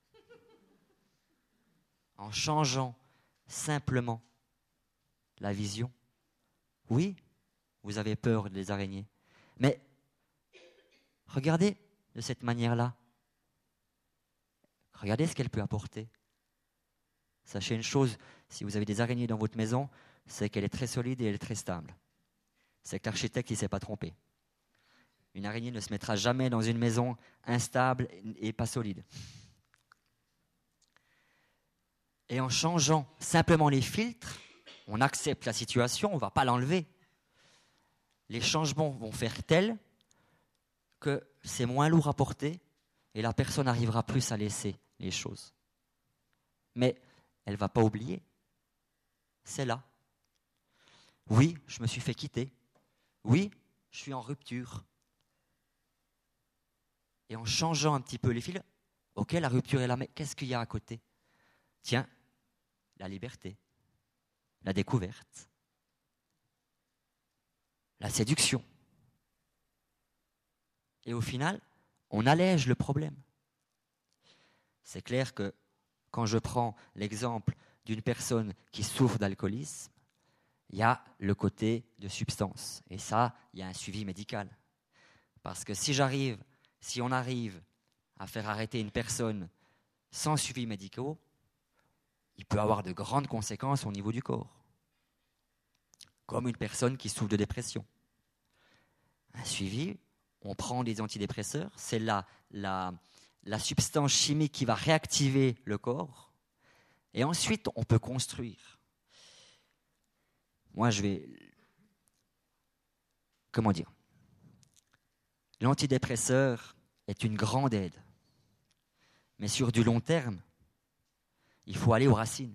En changeant simplement la vision. Oui, vous avez peur des araignées, mais regardez de cette manière-là. Regardez ce qu'elle peut apporter. Sachez une chose, si vous avez des araignées dans votre maison, c'est qu'elle est très solide et elle est très stable. C'est que l'architecte ne s'est pas trompé. Une araignée ne se mettra jamais dans une maison instable et pas solide. Et en changeant simplement les filtres, on accepte la situation, on ne va pas l'enlever. Les changements vont faire tel que c'est moins lourd à porter et la personne arrivera plus à laisser les choses. Mais elle ne va pas oublier. C'est là. Oui, je me suis fait quitter. Oui, je suis en rupture. Et en changeant un petit peu les fils, ok, la rupture est là, mais qu'est-ce qu'il y a à côté? Tiens, la liberté, la découverte, la séduction. Et au final, on allège le problème. C'est clair que quand je prends l'exemple d'une personne qui souffre d'alcoolisme, il y a le côté de substance. Et ça, il y a un suivi médical. Parce que si j'arrive, si on arrive à faire arrêter une personne sans suivi médical, il peut avoir de grandes conséquences au niveau du corps. Comme une personne qui souffre de dépression. Un suivi, on prend des antidépresseurs, c'est la, la, la substance chimique qui va réactiver le corps. Et ensuite, on peut construire. Moi, je vais... Comment dire? L'antidépresseur est une grande aide. Mais sur du long terme, il faut aller aux racines.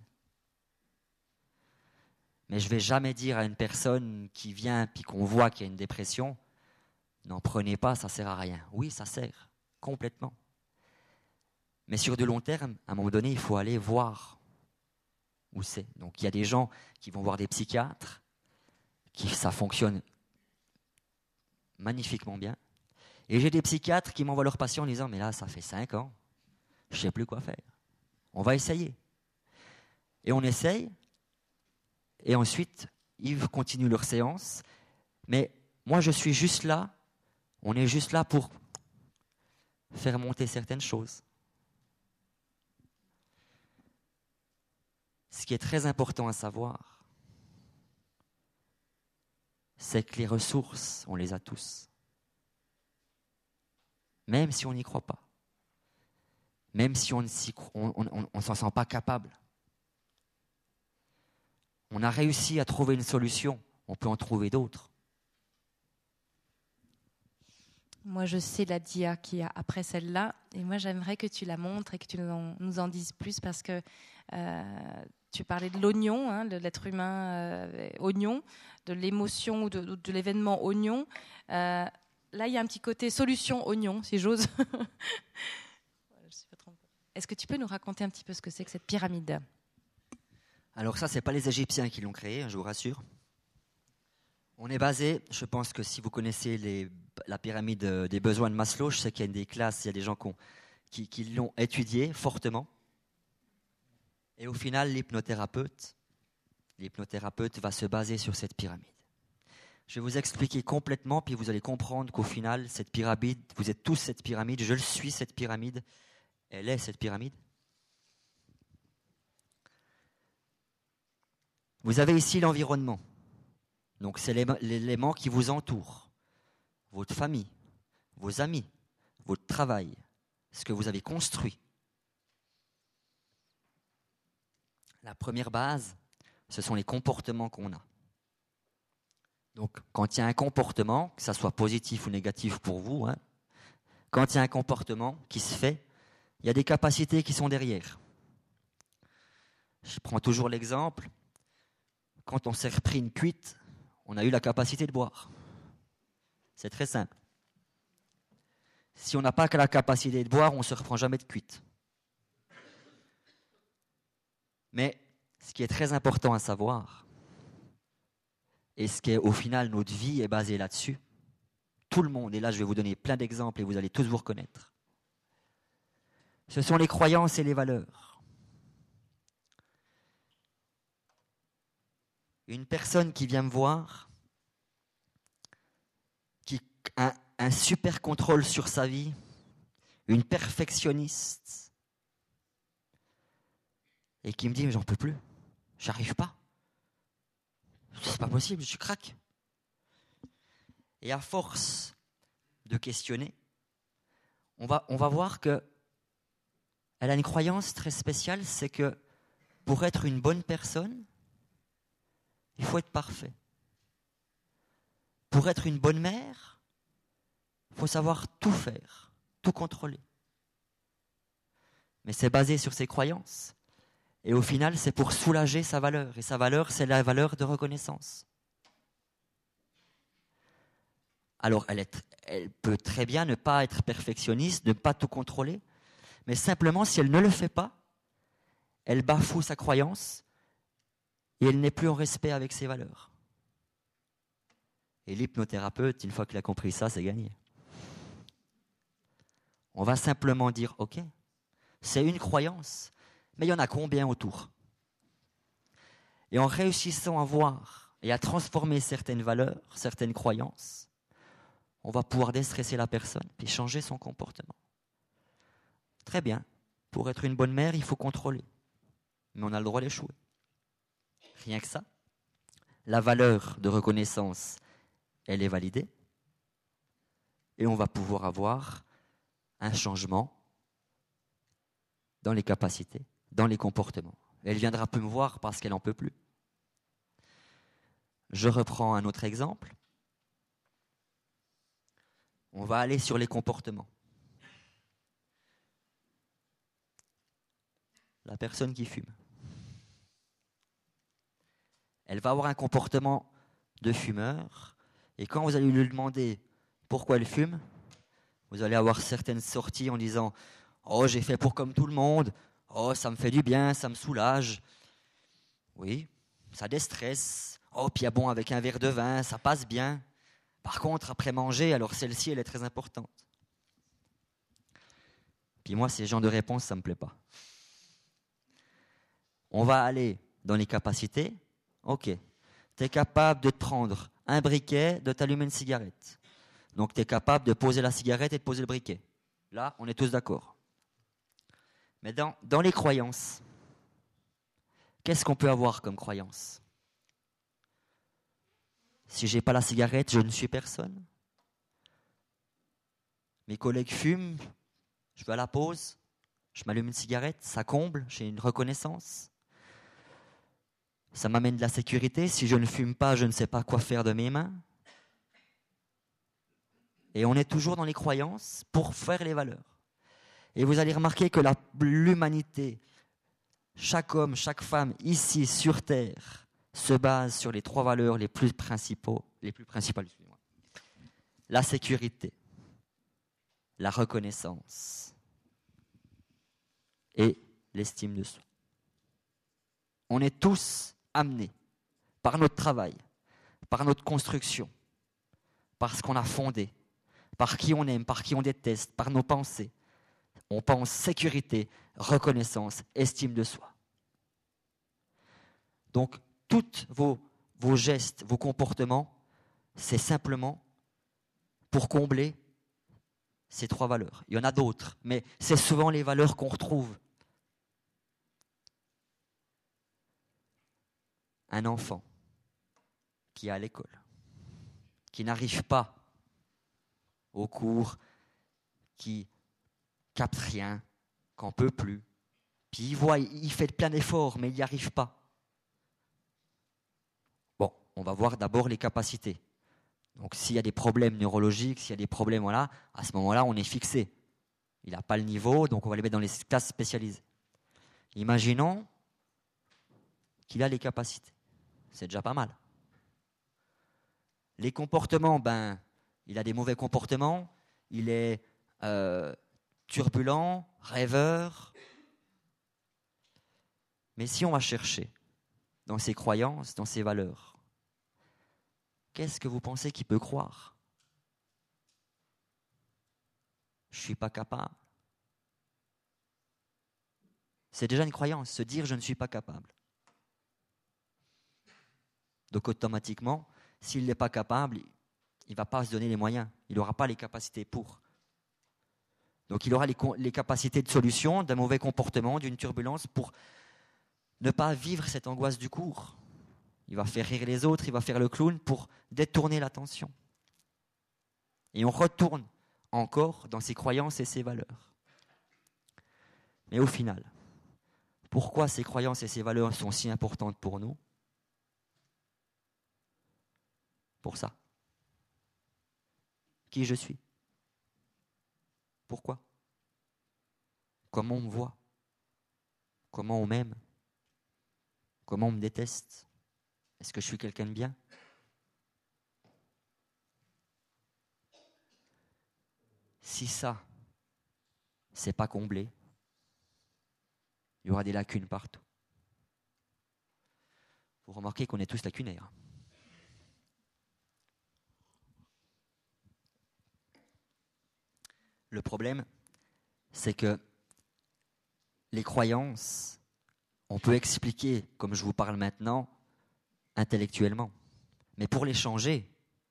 Mais je ne vais jamais dire à une personne qui vient puis qu'on voit qu'il y a une dépression, n'en prenez pas, ça ne sert à rien. Oui, ça sert, complètement. Mais sur du long terme, à un moment donné, il faut aller voir où c'est. Donc il y a des gens qui vont voir des psychiatres, qui ça fonctionne magnifiquement bien. Et j'ai des psychiatres qui m'envoient leurs patients en disant « mais là, ça fait cinq ans, je ne sais plus quoi faire. On va essayer. » Et on essaye, et ensuite, ils continuent leur séance. Mais moi, je suis juste là, on est juste là pour faire monter certaines choses. Ce qui est très important à savoir, c'est que les ressources, on les a tous. Même si on n'y croit pas. Même si on ne on, on, on s'en sent pas capable. On a réussi à trouver une solution, on peut en trouver d'autres. Moi, je sais la dia qu'il y a après celle-là, et moi, j'aimerais que tu la montres et que tu nous en, nous en dises plus, parce que euh, tu parlais de l'oignon, hein, de l'être humain euh, oignon, de l'émotion ou de, de l'événement oignon. Euh, là, il y a un petit côté solution oignon, si j'ose. Est-ce que tu peux nous raconter un petit peu ce que c'est que cette pyramide ? Alors ça, ce n'est pas les Égyptiens qui l'ont créée, je vous rassure. On est basé, je pense que si vous connaissez les, la pyramide des besoins de Maslow, je sais qu'il y a des classes, il y a des gens qui, ont, qui, qui l'ont étudiée fortement. Et au final, l'hypnothérapeute, l'hypnothérapeute va se baser sur cette pyramide. Je vais vous expliquer complètement, puis vous allez comprendre qu'au final, cette pyramide, vous êtes tous cette pyramide, je le suis cette pyramide, elle est cette pyramide. Vous avez ici l'environnement. Donc c'est l'élément qui vous entoure. Votre famille, vos amis, votre travail, ce que vous avez construit. La première base, ce sont les comportements qu'on a. Donc quand il y a un comportement, que ça soit positif ou négatif pour vous, hein, quand il y a un comportement qui se fait, il y a des capacités qui sont derrière. Je prends toujours l'exemple, quand on s'est repris une cuite, on a eu la capacité de boire. C'est très simple. Si on n'a pas que la capacité de boire, on ne se reprend jamais de cuite. Mais ce qui est très important à savoir, et ce qui est au final notre vie est basée là-dessus, tout le monde, et là je vais vous donner plein d'exemples et vous allez tous vous reconnaître, ce sont les croyances et les valeurs. Une personne qui vient me voir, qui a un, un super contrôle sur sa vie, une perfectionniste, et qui me dit « mais j'en peux plus, j'arrive pas, c'est pas possible, je craque ». Et à force de questionner, on va, on va voir que elle a une croyance très spéciale, c'est que pour être une bonne personne, il faut être parfait. Pour être une bonne mère, il faut savoir tout faire, tout contrôler. Mais c'est basé sur ses croyances. Et au final, c'est pour soulager sa valeur. Et sa valeur, c'est la valeur de reconnaissance. Alors, elle, est, elle peut très bien ne pas être perfectionniste, ne pas tout contrôler. Mais simplement, si elle ne le fait pas, elle bafoue sa croyance et elle n'est plus en respect avec ses valeurs. Et l'hypnothérapeute, une fois qu'il a compris ça, c'est gagné. On va simplement dire, ok, c'est une croyance, mais il y en a combien autour ? Et en réussissant à voir et à transformer certaines valeurs, certaines croyances, on va pouvoir déstresser la personne puis changer son comportement. Très bien, pour être une bonne mère, il faut contrôler, mais on a le droit d'échouer. Rien que ça. La valeur de reconnaissance, elle est validée. Et on va pouvoir avoir un changement dans les capacités, dans les comportements. Elle ne viendra plus me voir parce qu'elle n'en peut plus. Je reprends un autre exemple. On va aller sur les comportements. La personne qui fume. Elle va avoir un comportement de fumeur. Et quand vous allez lui demander pourquoi elle fume, vous allez avoir certaines sorties en disant « Oh, j'ai fait pour comme tout le monde. Oh, ça me fait du bien, ça me soulage. » Oui, ça déstresse. Oh, puis ah bon, avec un verre de vin, ça passe bien. Par contre, après manger, alors celle-ci, elle est très importante. Puis moi, ces genres de réponses, ça ne me plaît pas. On va aller dans les capacités. Ok, tu es capable de te prendre un briquet, de t'allumer une cigarette. Donc tu es capable de poser la cigarette et de poser le briquet. Là, on est tous d'accord. Mais dans, dans les croyances, qu'est-ce qu'on peut avoir comme croyance? Si je n'ai pas la cigarette, je ne suis personne. Mes collègues fument, je vais à la pause, je m'allume une cigarette, ça comble, j'ai une reconnaissance. Ça m'amène de la sécurité. Si je ne fume pas, je ne sais pas quoi faire de mes mains. Et on est toujours dans les croyances pour faire les valeurs. Et vous allez remarquer que la, l'humanité, chaque homme, chaque femme ici sur Terre, se base sur les trois valeurs les plus principaux, les plus principales, excusez-moi. La sécurité, la reconnaissance et l'estime de soi. On est tous amenés par notre travail, par notre construction, par ce qu'on a fondé, par qui on aime, par qui on déteste, par nos pensées. On pense sécurité, reconnaissance, estime de soi. Donc, tous vos, vos gestes, vos comportements, c'est simplement pour combler ces trois valeurs. Il y en a d'autres, mais c'est souvent les valeurs qu'on retrouve. Un enfant qui est à l'école, qui n'arrive pas au cours, qui capte rien, qu'en peut plus, puis il voit, il fait plein d'efforts, mais il n'y arrive pas. Bon, on va voir d'abord les capacités. Donc s'il y a des problèmes neurologiques, s'il y a des problèmes, voilà, à ce moment-là, on est fixé. Il n'a pas le niveau, donc on va les mettre dans les classes spécialisées. Imaginons qu'il a les capacités. C'est déjà pas mal. Les comportements, ben, il a des mauvais comportements, il est euh, turbulent, rêveur. Mais si on va chercher dans ses croyances, dans ses valeurs, qu'est-ce que vous pensez qu'il peut croire? Je ne suis pas capable. C'est déjà une croyance, se dire je ne suis pas capable. Donc automatiquement, s'il n'est pas capable, il ne va pas se donner les moyens. Il n'aura pas les capacités pour. Donc il aura les, les capacités de solution d'un mauvais comportement, d'une turbulence pour ne pas vivre cette angoisse du cours. Il va faire rire les autres, il va faire le clown pour détourner l'attention. Et on retourne encore dans ses croyances et ses valeurs. Mais au final, pourquoi ces croyances et ces valeurs sont si importantes pour nous? Pour ça. Qui je suis? Pourquoi? Comment on me voit? Comment on m'aime? Comment on me déteste? Est-ce que je suis quelqu'un de bien? Si ça, c'est pas comblé, il y aura des lacunes partout. Vous remarquez qu'on est tous lacunaires. Le problème, c'est que les croyances, on peut expliquer, comme je vous parle maintenant, intellectuellement. Mais pour les changer,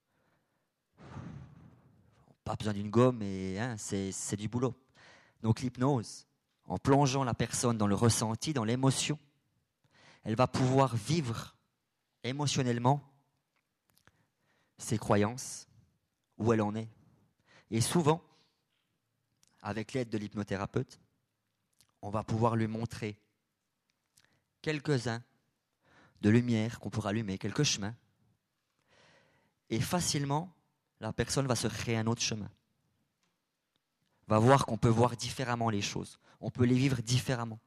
pas besoin d'une gomme, et hein, c'est, c'est du boulot. Donc l'hypnose, en plongeant la personne dans le ressenti, dans l'émotion, elle va pouvoir vivre émotionnellement ses croyances, où elle en est. Et souvent, avec l'aide de l'hypnothérapeute, on va pouvoir lui montrer quelques-uns de lumière qu'on pourra allumer, quelques chemins. Et facilement, la personne va se créer un autre chemin. Va voir qu'on peut voir différemment les choses. On peut les vivre différemment.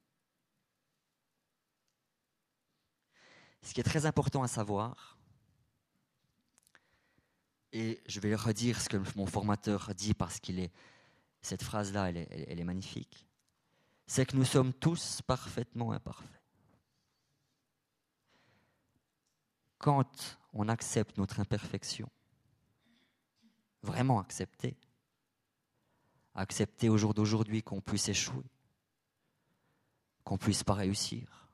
Ce qui est très important à savoir, et je vais redire ce que mon formateur dit parce qu'il est, cette phrase-là, elle est, elle est magnifique, c'est que nous sommes tous parfaitement imparfaits. Quand on accepte notre imperfection, vraiment accepter, accepter au jour d'aujourd'hui qu'on puisse échouer, qu'on puisse pas réussir,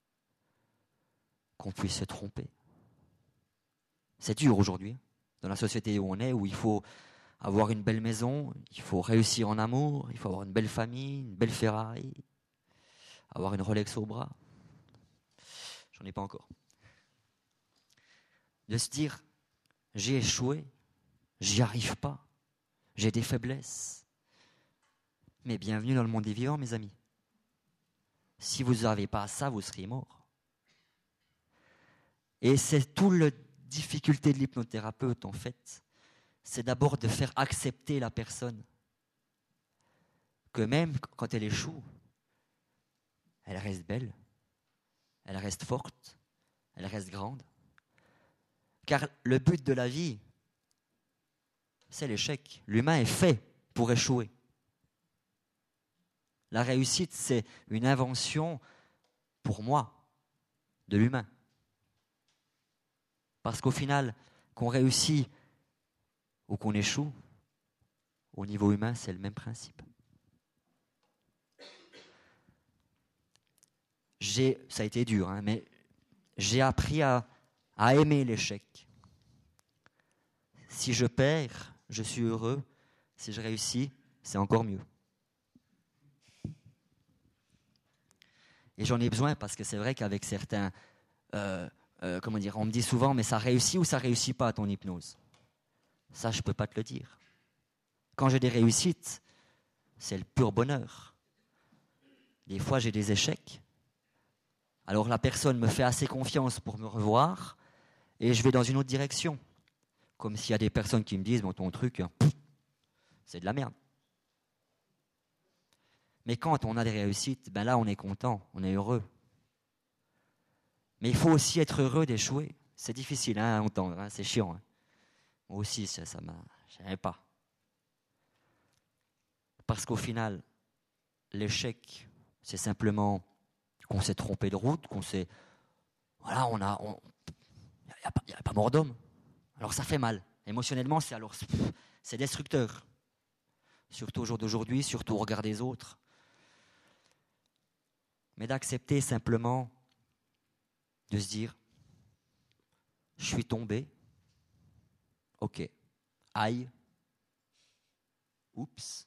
qu'on puisse se tromper. C'est dur aujourd'hui, dans la société où on est, où il faut avoir une belle maison, il faut réussir en amour, il faut avoir une belle famille, une belle Ferrari, avoir une Rolex au bras. J'en ai pas encore. De se dire, j'ai échoué, j'y arrive pas, j'ai des faiblesses. Mais bienvenue dans le monde des vivants, mes amis. Si vous n'avez pas ça, vous seriez mort. Et c'est toute la difficulté de l'hypnothérapeute, en fait. C'est d'abord de faire accepter la personne. Que même quand elle échoue, elle reste belle, elle reste forte, elle reste grande. Car le but de la vie, c'est l'échec. L'humain est fait pour échouer. La réussite, c'est une invention, pour moi, de l'humain. Parce qu'au final, qu'on réussit ou qu'on échoue, au niveau humain, c'est le même principe. J'ai, ça a été dur, hein, mais j'ai appris à, à aimer l'échec. Si je perds, je suis heureux. Si je réussis, c'est encore mieux. Et j'en ai besoin parce que c'est vrai qu'avec certains, euh, euh, comment dire, on me dit souvent, mais ça réussit ou ça réussit pas ton hypnose? Ça, je peux pas te le dire. Quand j'ai des réussites, c'est le pur bonheur. Des fois, j'ai des échecs. Alors la personne me fait assez confiance pour me revoir et je vais dans une autre direction. Comme s'il y a des personnes qui me disent, bon, ton truc, pff, c'est de la merde. Mais quand on a des réussites, ben là, on est content, on est heureux. Mais il faut aussi être heureux d'échouer. C'est difficile hein, à entendre, hein, c'est chiant. Hein. Moi aussi, ça, ça m'a... je n'aimais pas. Parce qu'au final, l'échec, c'est simplement qu'on s'est trompé de route, qu'on s'est... Voilà, on a... On... Il n'y a, a, a pas mort d'homme. Alors ça fait mal. Émotionnellement, c'est, alors, c'est destructeur. Surtout au jour d'aujourd'hui, surtout au regard des autres. Mais d'accepter simplement de se dire, je suis tombé, ok, aïe, oups.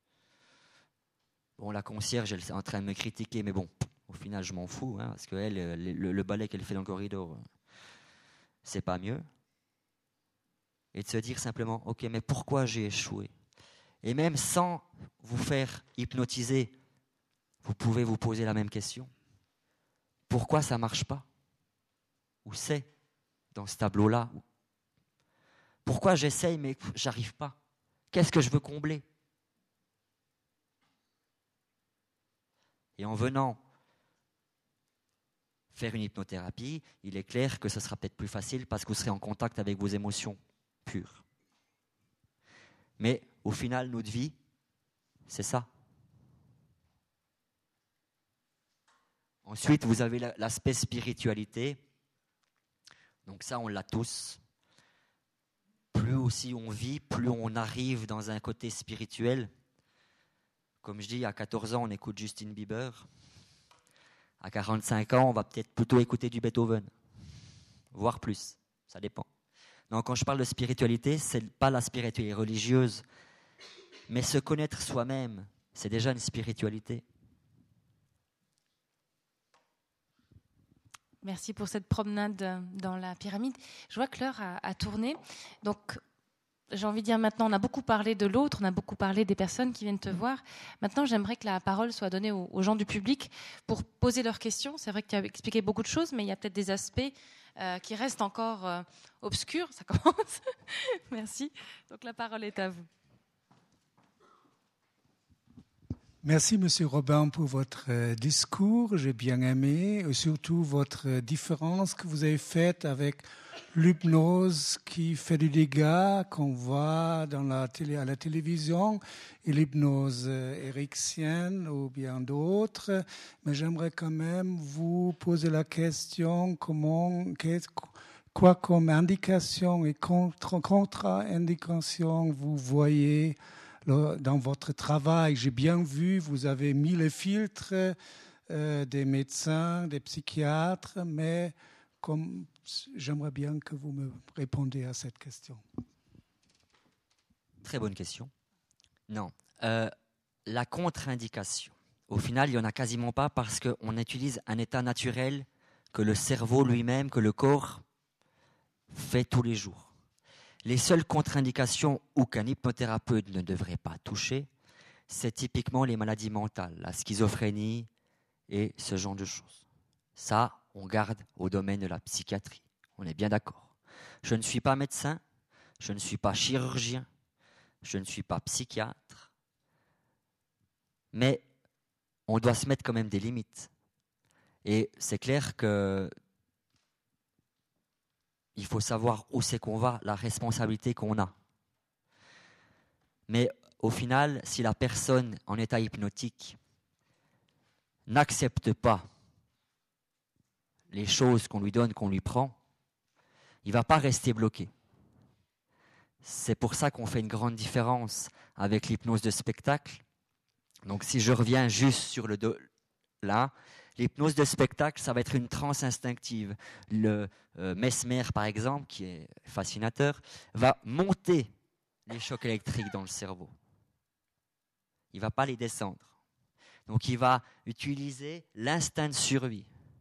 Bon, la concierge, elle est en train de me critiquer, mais bon, au final, je m'en fous, hein, parce que elle, le, le balai qu'elle fait dans le corridor, c'est pas mieux. Et de se dire simplement, ok, mais pourquoi j'ai échoué? Et même sans vous faire hypnotiser, vous pouvez vous poser la même question. Pourquoi ça ne marche pas? Où c'est dans ce tableau-là? Pourquoi j'essaye mais j'arrive pas? Qu'est-ce que je veux combler? Et en venant faire une hypnothérapie, il est clair que ce sera peut-être plus facile parce que vous serez en contact avec vos émotions pures. Mais au final, notre vie, c'est ça. Ensuite, vous avez l'aspect spiritualité. Donc ça, on l'a tous. Plus aussi on vit, plus on arrive dans un côté spirituel. Comme je dis, à quatorze ans, on écoute Justin Bieber. À quarante-cinq ans, on va peut-être plutôt écouter du Beethoven. Voire plus, ça dépend. Donc quand je parle de spiritualité, ce n'est pas la spiritualité religieuse, mais se connaître soi-même, c'est déjà une spiritualité. Merci pour cette promenade dans la pyramide. Je vois que l'heure a, a tourné. Donc, j'ai envie de dire maintenant, on a beaucoup parlé de l'autre, on a beaucoup parlé des personnes qui viennent te voir. Maintenant, j'aimerais que la parole soit donnée aux, aux gens du public pour poser leurs questions. C'est vrai que tu as expliqué beaucoup de choses, mais il y a peut-être des aspects euh, qui restent encore euh, obscurs. Ça commence. Merci. Donc, la parole est à vous. Merci, Monsieur Robin, pour votre discours. J'ai bien aimé, et surtout votre différence que vous avez faite avec l'hypnose qui fait du dégât qu'on voit dans la télé, à la télévision et l'hypnose érectienne ou bien d'autres. Mais j'aimerais quand même vous poser la question comment, quoi comme indication et contre, contre-indication vous voyez dans votre travail. J'ai bien vu, vous avez mis les filtres euh, des médecins, des psychiatres, mais comme, j'aimerais bien que vous me répondiez à cette question. Très bonne question. Non. Euh, la contre-indication, au final, il n'y en a quasiment pas parce qu'on utilise un état naturel que le cerveau lui-même, que le corps fait tous les jours. Les seules contre-indications ou qu'un hypnothérapeute ne devrait pas toucher, c'est typiquement les maladies mentales, la schizophrénie et ce genre de choses. Ça, on garde au domaine de la psychiatrie. On est bien d'accord. Je ne suis pas médecin, je ne suis pas chirurgien, je ne suis pas psychiatre, mais on doit se mettre quand même des limites. Et c'est clair que il faut savoir où c'est qu'on va, la responsabilité qu'on a. Mais au final, si la personne en état hypnotique n'accepte pas les choses qu'on lui donne, qu'on lui prend, il ne va pas rester bloqué. C'est pour ça qu'on fait une grande différence avec l'hypnose de spectacle. Donc si je reviens juste sur le do- là, l'hypnose de spectacle, ça va être une transe instinctive. Le euh, Mesmer, par exemple, qui est fascinateur, va monter les chocs électriques dans le cerveau. Il ne va pas les descendre. Donc il va utiliser l'instinct de survie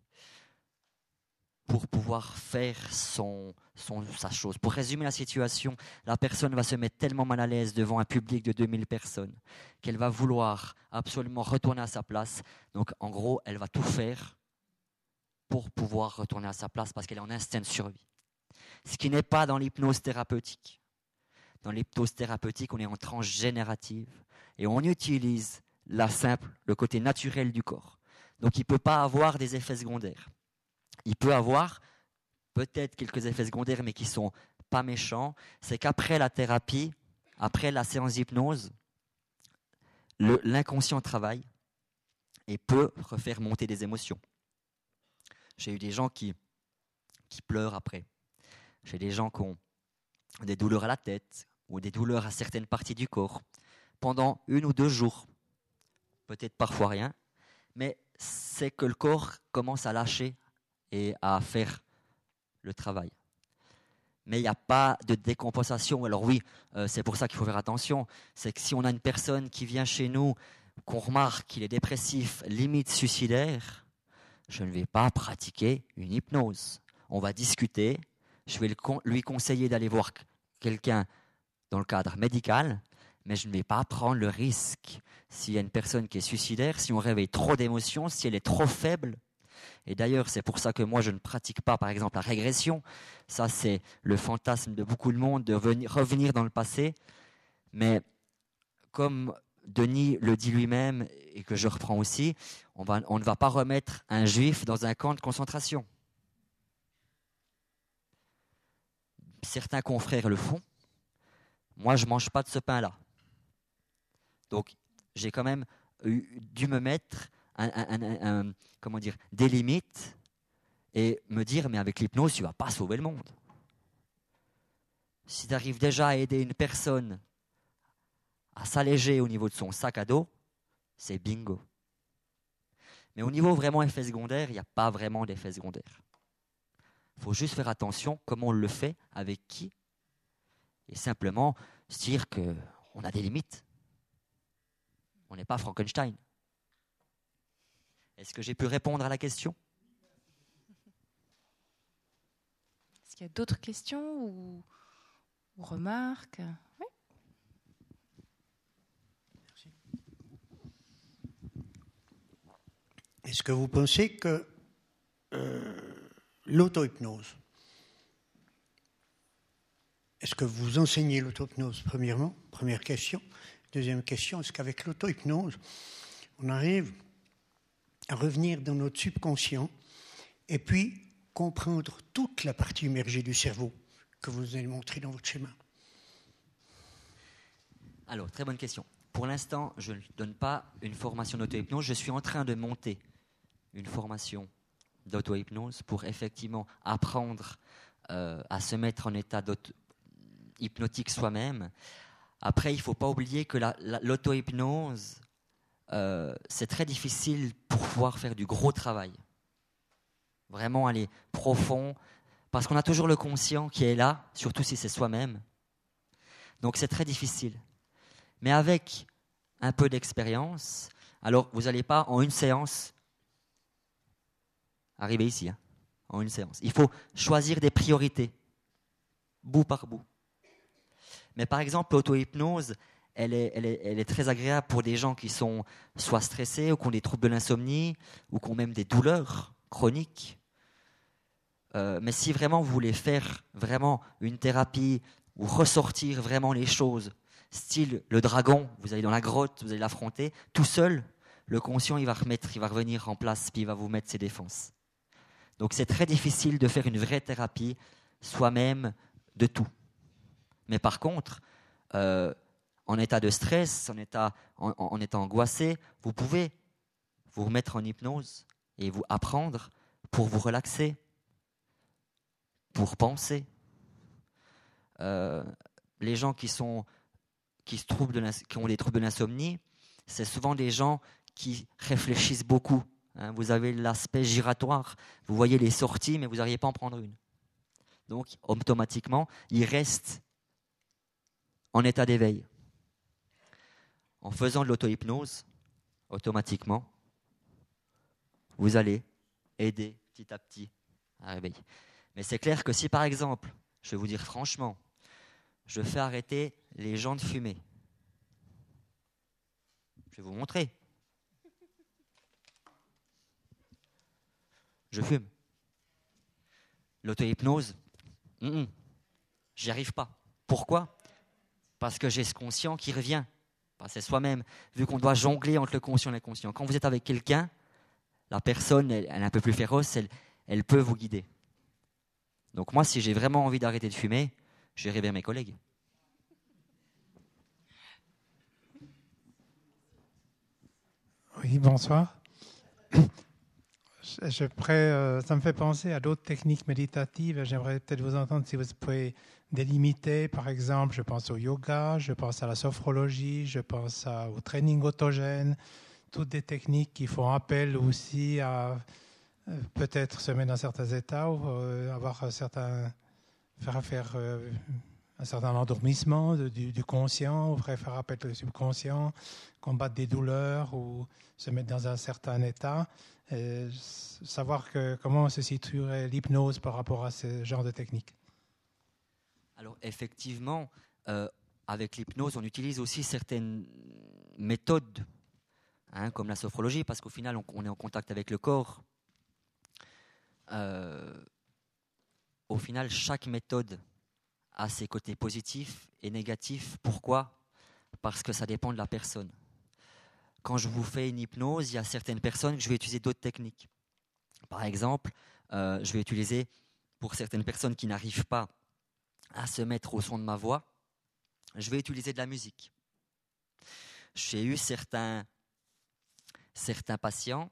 pour pouvoir faire son, son, sa chose. Pour résumer la situation, la personne va se mettre tellement mal à l'aise devant un public de deux mille personnes qu'elle va vouloir absolument retourner à sa place. Donc en gros, elle va tout faire pour pouvoir retourner à sa place parce qu'elle est en instinct de survie. Ce qui n'est pas dans l'hypnose thérapeutique. Dans l'hypnose thérapeutique, on est en transe générative et on utilise la simple, le côté naturel du corps. Donc il ne peut pas avoir des effets secondaires. Il peut avoir peut-être quelques effets secondaires, mais qui ne sont pas méchants. C'est qu'après la thérapie, après la séance d'hypnose, le, l'inconscient travaille et peut refaire monter des émotions. J'ai eu des gens qui, qui pleurent après. J'ai des gens qui ont des douleurs à la tête ou des douleurs à certaines parties du corps pendant une ou deux jours. Peut-être parfois rien, mais c'est que le corps commence à lâcher et à faire le travail. Mais il n'y a pas de décompensation. Alors oui, euh, c'est pour ça qu'il faut faire attention. C'est que si on a une personne qui vient chez nous, qu'on remarque qu'il est dépressif, limite suicidaire, je ne vais pas pratiquer une hypnose. On va discuter, je vais le con- lui conseiller d'aller voir quelqu'un dans le cadre médical, mais je ne vais pas prendre le risque. S'il y a une personne qui est suicidaire, si on réveille trop d'émotions, si elle est trop faible. Et d'ailleurs, c'est pour ça que moi, je ne pratique pas, par exemple, la régression. Ça, c'est le fantasme de beaucoup de monde, de venir, revenir dans le passé. Mais comme Denis le dit lui-même, et que je reprends aussi, on, va, on ne va pas remettre un juif dans un camp de concentration. Certains confrères le font. Moi, je ne mange pas de ce pain-là. Donc, j'ai quand même eu, dû me mettre un, un, un, un, comment dire, des limites et me dire, mais avec l'hypnose, tu ne vas pas sauver le monde. Si tu arrives déjà à aider une personne à s'alléger au niveau de son sac à dos, c'est bingo. Mais au niveau vraiment effet secondaire, il n'y a pas vraiment d'effet secondaire. Il faut juste faire attention comment on le fait, avec qui, et simplement se dire qu'on a des limites. On n'est pas Frankenstein. Est-ce que j'ai pu répondre à la question ? Est-ce qu'il y a d'autres questions ou, ou remarques ? Oui. Merci. Est-ce que vous pensez que euh, l'auto-hypnose, est-ce que vous enseignez l'auto-hypnose, premièrement, première question. Deuxième question, est-ce qu'avec l'auto-hypnose, on arrive à revenir dans notre subconscient et puis comprendre toute la partie immergée du cerveau que vous avez montré dans votre schéma ? Alors, très bonne question. Pour l'instant, je ne donne pas une formation d'auto-hypnose. Je suis en train de monter une formation d'auto-hypnose pour effectivement apprendre euh, à se mettre en état hypnotique soi-même. Après, il ne faut pas oublier que la, la, l'auto-hypnose, euh, c'est très difficile pour pouvoir faire du gros travail. Vraiment aller profond, parce qu'on a toujours le conscient qui est là, surtout si c'est soi-même. Donc c'est très difficile. Mais avec un peu d'expérience, alors vous n'allez pas en une séance arriver ici, hein, en une séance. Il faut choisir des priorités, bout par bout. Mais par exemple, l'auto-hypnose, elle est, elle, est, elle est très agréable pour des gens qui sont soit stressés, ou qui ont des troubles de l'insomnie, ou qui ont même des douleurs chroniques. Euh, mais si vraiment vous voulez faire vraiment une thérapie, ou ressortir vraiment les choses, style le dragon, vous allez dans la grotte, vous allez l'affronter, tout seul, le conscient, il va remettre, il va revenir en place, puis il va vous mettre ses défenses. Donc c'est très difficile de faire une vraie thérapie soi-même de tout. Mais par contre, euh, en état de stress, en état, en, en état angoissé, vous pouvez vous remettre en hypnose et vous apprendre pour vous relaxer, pour penser. Euh, les gens qui, sont, qui, se troublent de qui ont des troubles de l'insomnie, c'est souvent des gens qui réfléchissent beaucoup. Hein, vous avez l'aspect giratoire, vous voyez les sorties, mais vous n'arrivez pas à en prendre une. Donc, automatiquement, ils restent en état d'éveil. En faisant de l'auto-hypnose, automatiquement, vous allez aider petit à petit à réveiller. Mais c'est clair que si, par exemple, je vais vous dire franchement, je fais arrêter les gens de fumer, je vais vous montrer. Je fume. L'auto-hypnose, mm-mm, j'y arrive pas. Pourquoi ? Parce que j'ai ce conscient qui revient. Enfin, c'est soi-même, vu qu'on doit jongler entre le conscient et l'inconscient. Quand vous êtes avec quelqu'un, la personne, elle, elle est un peu plus féroce, elle, elle peut vous guider. Donc moi, si j'ai vraiment envie d'arrêter de fumer, j'irai vers mes collègues. Oui, bonsoir. Je, je pré, euh, ça me fait penser à d'autres techniques méditatives. J'aimerais peut-être vous entendre si vous pouvez délimiter. Par exemple, je pense au yoga, je pense à la sophrologie, je pense à, au training autogène, toutes des techniques qui font appel aussi à euh, peut-être se mettre dans certains états ou euh, avoir un certain, faire faire euh, un certain endormissement de, du, du conscient, ou faire appel au subconscient, combattre des douleurs ou se mettre dans un certain état. Et savoir que, comment se situerait l'hypnose par rapport à ce genre de technique. Alors effectivement, euh, avec l'hypnose, on utilise aussi certaines méthodes, hein, comme la sophrologie, parce qu'au final, on, on est en contact avec le corps. Euh, au final, chaque méthode a ses côtés positifs et négatifs. Pourquoi ? Parce que ça dépend de la personne. Quand je vous fais une hypnose, il y a certaines personnes que je vais utiliser d'autres techniques. Par exemple, euh, je vais utiliser, pour certaines personnes qui n'arrivent pas à se mettre au son de ma voix, je vais utiliser de la musique. J'ai eu certains, certains patients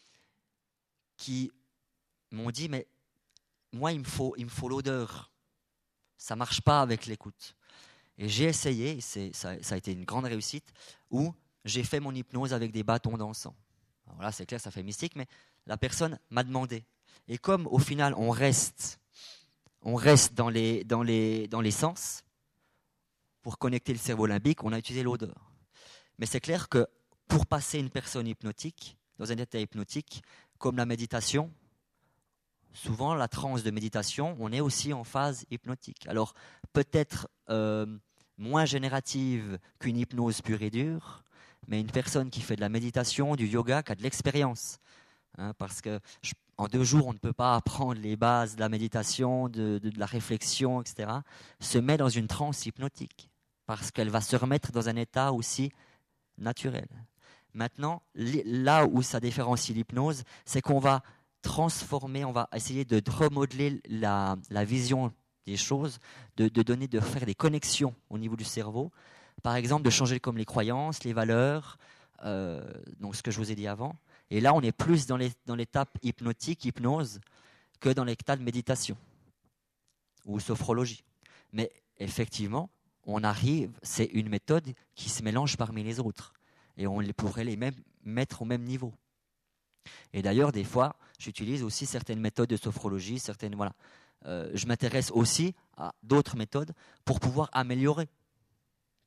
qui m'ont dit, mais moi, il me faut, il me faut l'odeur. Ça ne marche pas avec l'écoute. Et j'ai essayé, c'est, ça, ça a été une grande réussite, où j'ai fait mon hypnose avec des bâtons d'encens. Alors là, c'est clair, ça fait mystique, mais la personne m'a demandé. Et comme au final, on reste, on reste dans, les, dans, les, dans les sens, pour connecter le cerveau limbique, on a utilisé l'odeur. Mais c'est clair que pour passer une personne hypnotique, dans un état hypnotique, comme la méditation, souvent la transe de méditation, on est aussi en phase hypnotique. Alors peut-être euh, moins générative qu'une hypnose pure et dure, mais une personne qui fait de la méditation, du yoga, qui a de l'expérience. Hein, parce que je, en deux jours, on ne peut pas apprendre les bases de la méditation, de, de, de la réflexion, et cetera. Se met dans une transe hypnotique, parce qu'elle va se remettre dans un état aussi naturel. Maintenant, là où ça différencie l'hypnose, c'est qu'on va transformer, on va essayer de remodeler la, la vision des choses, de, de donner, de faire des connexions au niveau du cerveau. Par exemple, de changer comme les croyances, les valeurs, euh, donc ce que je vous ai dit avant. Et là, on est plus dans, les, dans l'étape hypnotique, hypnose, que dans l'état de méditation ou sophrologie. Mais effectivement, on arrive, c'est une méthode qui se mélange parmi les autres. Et on pourrait les même, mettre au même niveau. Et d'ailleurs, des fois, j'utilise aussi certaines méthodes de sophrologie, certaines, voilà. Euh, je m'intéresse aussi à d'autres méthodes pour pouvoir améliorer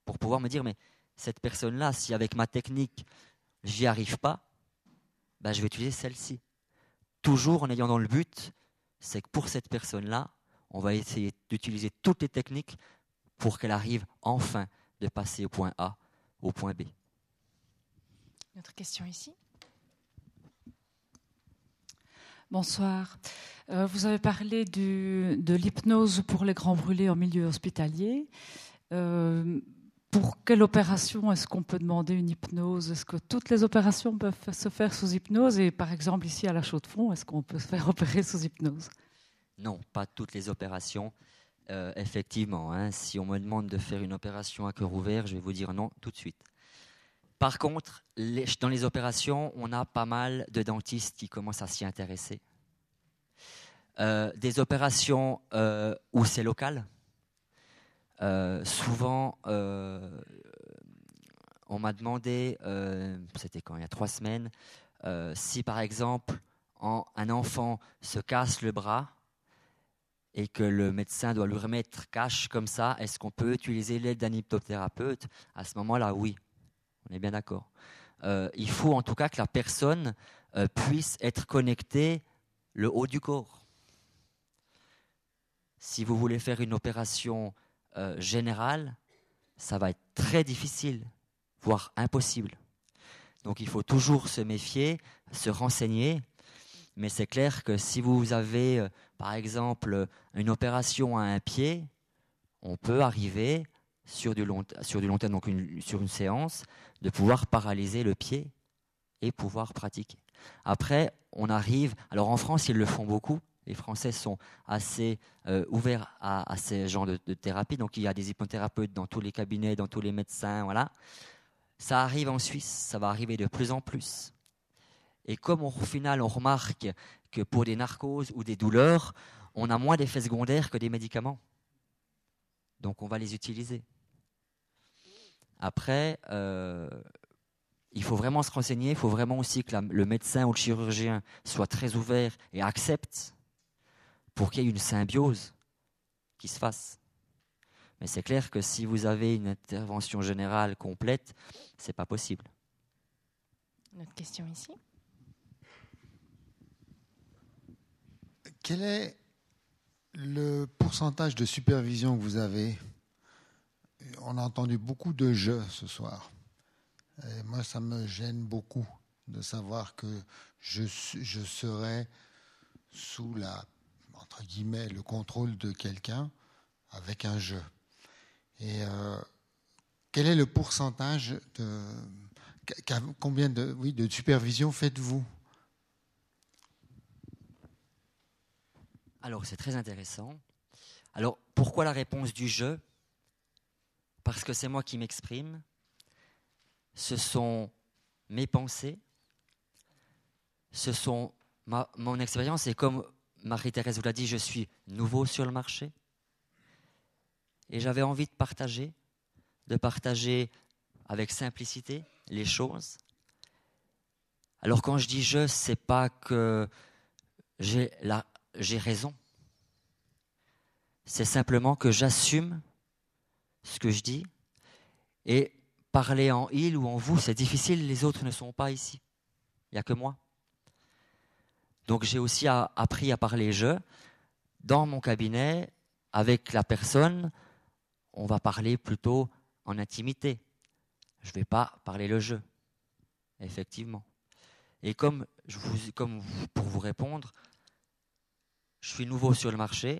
pour pouvoir me dire, mais cette personne-là, si avec ma technique, j'y arrive pas, ben, je vais utiliser celle-ci. Toujours en ayant dans le but, c'est que pour cette personne-là, on va essayer d'utiliser toutes les techniques pour qu'elle arrive enfin de passer au point A au point B. Une autre question ici. Bonsoir. Euh, vous avez parlé du, de l'hypnose pour les grands brûlés en milieu hospitalier. Euh, pour quelle opération est-ce qu'on peut demander une hypnose? Est-ce que toutes les opérations peuvent se faire sous hypnose? Et par exemple, ici à la Chaux-de-Fonds, est-ce qu'on peut se faire opérer sous hypnose? Non, pas toutes les opérations. Euh, effectivement, hein, si on me demande de faire une opération à cœur ouvert, je vais vous dire non tout de suite. Par contre, les, dans les opérations, on a pas mal de dentistes qui commencent à s'y intéresser. Euh, des opérations euh, où c'est local. Euh, souvent, euh, on m'a demandé, euh, c'était quand, il y a trois semaines, euh, si par exemple en, un enfant se casse le bras et que le médecin doit lui remettre cash comme ça, est-ce qu'on peut utiliser l'aide d'un hypnothérapeute? À ce moment-là, oui. On est bien d'accord. Euh, il faut en tout cas que la personne euh, puisse être connectée le haut du corps. Si vous voulez faire une opération euh, générale, ça va être très difficile, voire impossible. Donc il faut toujours se méfier, se renseigner. Mais c'est clair que si vous avez, euh, par exemple, une opération à un pied, on peut arriver sur du long, sur du long terme, donc une, sur une séance, de pouvoir paralyser le pied et pouvoir pratiquer. Après, on arrive, alors en France, ils le font beaucoup, les Français sont assez euh, ouverts à, à ces genres de, de thérapie, donc il y a des hypnothérapeutes dans tous les cabinets, dans tous les médecins, voilà. Ça arrive en Suisse, ça va arriver de plus en plus. Et comme au final, on remarque que pour des narcoses ou des douleurs, on a moins d'effets secondaires que des médicaments. Donc on va les utiliser. Après, euh, il faut vraiment se renseigner, il faut vraiment aussi que la, le médecin ou le chirurgien soit très ouvert et accepte pour qu'il y ait une symbiose qui se fasse. Mais c'est clair que si vous avez une intervention générale complète, ce n'est pas possible. Une autre question ici. Quel est le pourcentage de supervision que vous avez? On a entendu beaucoup de jeux ce soir. Et moi, ça me gêne beaucoup de savoir que je, je serai sous la, entre guillemets, le contrôle de quelqu'un avec un jeu. Et euh, quel est le pourcentage de combien de, oui, de supervision faites-vous? Alors, c'est très intéressant. Alors, pourquoi la réponse du jeu? Parce que c'est moi qui m'exprime. Ce sont mes pensées. Ce sont ma, mon expérience. Et comme Marie-Thérèse vous l'a dit, je suis nouveau sur le marché. Et j'avais envie de partager, de partager avec simplicité les choses. Alors, quand je dis je, c'est pas que j'ai la j'ai raison. C'est simplement que j'assume ce que je dis. Et parler en il ou en vous, c'est difficile, les autres ne sont pas ici. Il n'y a que moi. Donc j'ai aussi à, appris à parler je. Dans mon cabinet, avec la personne, on va parler plutôt en intimité. Je ne vais pas parler le je, effectivement. Et comme, je vous, comme pour vous répondre, je suis nouveau sur le marché.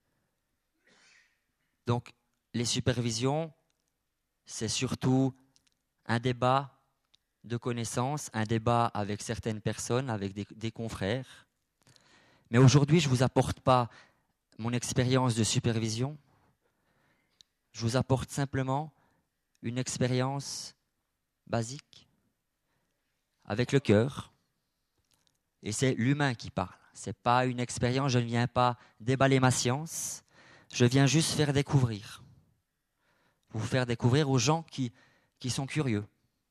Donc, les supervisions, c'est surtout un débat de connaissances, un débat avec certaines personnes, avec des, des confrères. Mais aujourd'hui, je ne vous apporte pas mon expérience de supervision. Je vous apporte simplement une expérience basique, avec le cœur. Et c'est l'humain qui parle. Ce n'est pas une expérience, je ne viens pas déballer ma science, je viens juste faire découvrir. Vous faire découvrir aux gens qui, qui sont curieux.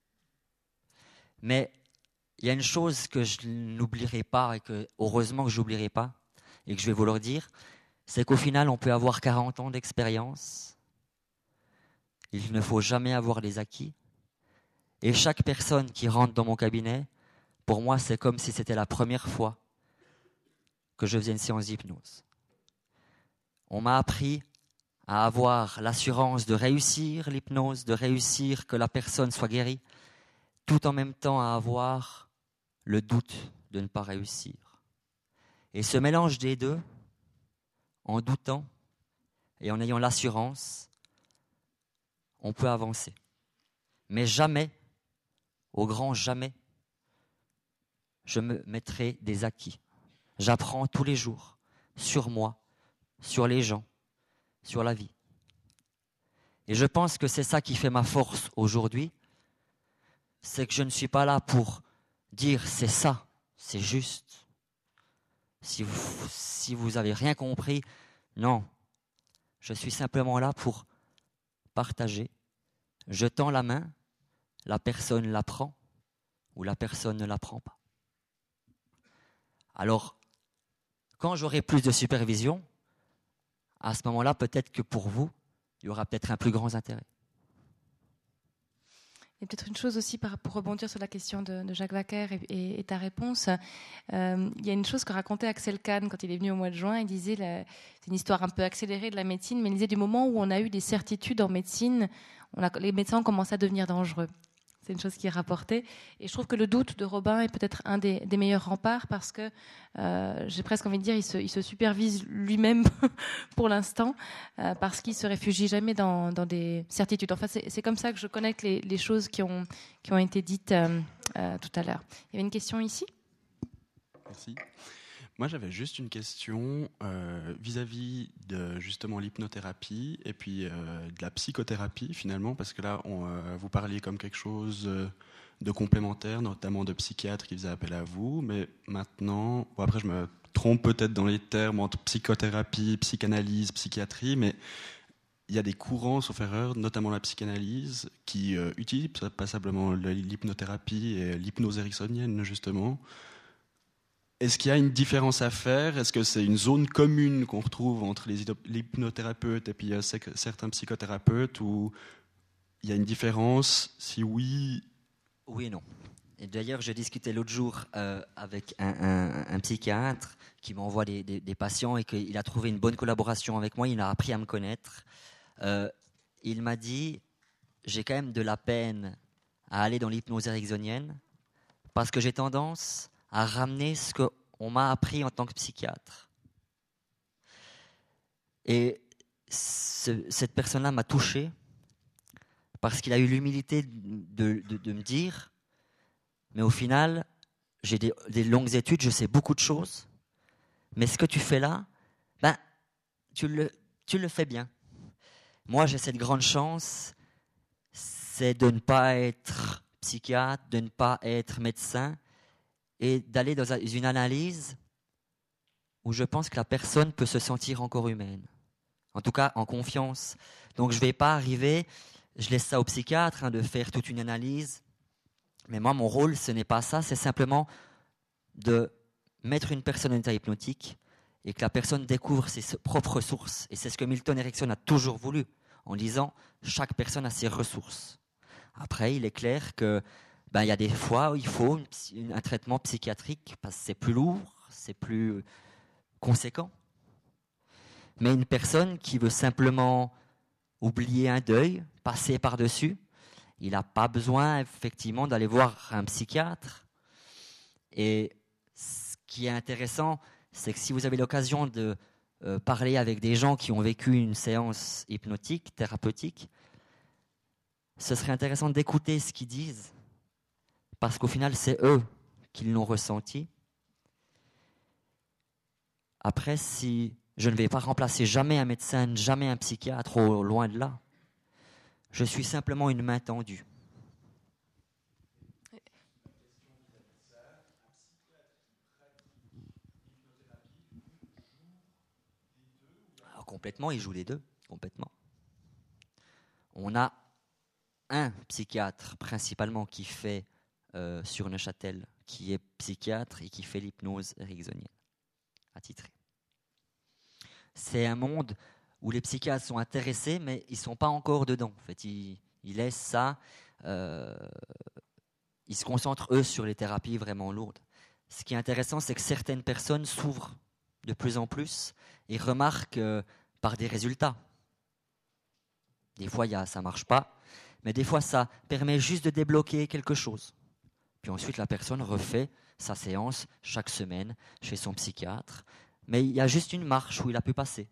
Mais il y a une chose que je n'oublierai pas, et que heureusement que je n'oublierai pas, et que je vais vous le dire, c'est qu'au final, on peut avoir quarante ans d'expérience, Il ne faut jamais avoir les acquis. Et chaque personne qui rentre dans mon cabinet, pour moi, c'est comme si c'était la première fois que je faisais une séance d'hypnose. On m'a appris à avoir l'assurance de réussir l'hypnose, de réussir que la personne soit guérie, tout en même temps à avoir le doute de ne pas réussir. Et ce mélange des deux, en doutant et en ayant l'assurance, on peut avancer. Mais jamais, au grand jamais, je me mettrai des acquis. J'apprends tous les jours sur moi, sur les gens, sur la vie. Et je pense que c'est ça qui fait ma force aujourd'hui, c'est que je ne suis pas là pour dire c'est ça, c'est juste. Si vous, si vous avez rien compris, non. Je suis simplement là pour partager. Je tends la main, la personne la prend ou la personne ne la prend pas. Alors, quand j'aurai plus de supervision, à ce moment-là, peut-être que pour vous, il y aura peut-être un plus grand intérêt. Il y a peut-être une chose aussi pour rebondir sur la question de, de Jacques Wacker et, et, et ta réponse. Euh, il y a une chose que racontait Axel Kahn quand il est venu au mois de juin. Il disait, la, c'est une histoire un peu accélérée de la médecine, mais il disait du moment où on a eu des certitudes en médecine, on a, les médecins ont commencé à devenir dangereux. C'est une chose qui est rapportée. Et je trouve que le doute de Robin est peut-être un des, des meilleurs remparts parce que, euh, j'ai presque envie de dire, il se, il se supervise lui-même pour l'instant euh, parce qu'il ne se réfugie jamais dans, dans des certitudes. Enfin, c'est, c'est comme ça que je connecte les, les choses qui ont, qui ont été dites euh, euh, tout à l'heure. Il y avait une question ici ? Merci. Moi, j'avais juste une question euh, vis-à-vis de justement l'hypnothérapie et puis euh, de la psychothérapie finalement, parce que là, on, euh, vous parliez comme quelque chose de complémentaire, notamment de psychiatres qui faisaient appel à vous, mais maintenant, bon, après je me trompe peut-être dans les termes entre psychothérapie, psychanalyse, psychiatrie, mais il y a des courants, sauf erreur, notamment la psychanalyse, qui euh, utilisent passablement l'hypnothérapie et l'hypnose ericksonienne justement. Est-ce qu'il y a une différence à faire ? Est-ce que c'est une zone commune qu'on retrouve entre les hypnothérapeutes et puis euh, certains psychothérapeutes, ou il y a une différence ? Si oui... Oui et non. Et d'ailleurs, j'ai discuté l'autre jour euh, avec un, un, un psychiatre qui m'envoie des, des, des patients et qu'il a trouvé une bonne collaboration avec moi, il a appris à me connaître. Euh, il m'a dit, j'ai quand même de la peine à aller dans l'hypnose ericksonienne parce que j'ai tendance à ramener ce qu'on m'a appris en tant que psychiatre. Et ce, cette personne-là m'a touché parce qu'il a eu l'humilité de, de, de me dire, mais au final, j'ai des, des longues études, je sais beaucoup de choses, mais ce que tu fais là, ben, tu le, tu le fais bien. Moi, j'ai cette grande chance, c'est de ne pas être psychiatre, de ne pas être médecin, et d'aller dans une analyse où je pense que la personne peut se sentir encore humaine. En tout cas, en confiance. Donc, je ne vais pas arriver, je laisse ça au psychiatre hein, de faire toute une analyse. Mais moi, mon rôle, ce n'est pas ça, c'est simplement de mettre une personne en état hypnotique et que la personne découvre ses propres ressources. Et c'est ce que Milton Erickson a toujours voulu, en disant chaque personne a ses ressources. Après, il est clair que ben, y a des fois où il faut une, un traitement psychiatrique parce que c'est plus lourd, c'est plus conséquent. Mais une personne qui veut simplement oublier un deuil, passer par-dessus, il n'a pas besoin effectivement d'aller voir un psychiatre. Et ce qui est intéressant, c'est que si vous avez l'occasion de euh, parler avec des gens qui ont vécu une séance hypnotique, thérapeutique, ce serait intéressant d'écouter ce qu'ils disent. Parce qu'au final, c'est eux qui l'ont ressenti. Après, si je ne vais pas remplacer jamais un médecin, jamais un psychiatre, au loin de là, je suis simplement une main tendue. Alors, complètement, il joue les deux, complètement. On a un psychiatre principalement qui fait Euh, sur Neuchâtel, qui est psychiatre et qui fait l'hypnose ericksonienne, attitré. C'est un monde où les psychiatres sont intéressés, mais ils ne sont pas encore dedans. En fait, ils, ils laissent ça, euh, ils se concentrent, eux, sur les thérapies vraiment lourdes. Ce qui est intéressant, c'est que certaines personnes s'ouvrent de plus en plus et remarquent euh, par des résultats. Des fois, y a, ça ne marche pas, mais des fois, ça permet juste de débloquer quelque chose. Puis ensuite, la personne refait sa séance chaque semaine chez son psychiatre, mais il y a juste une marche où il a pu passer.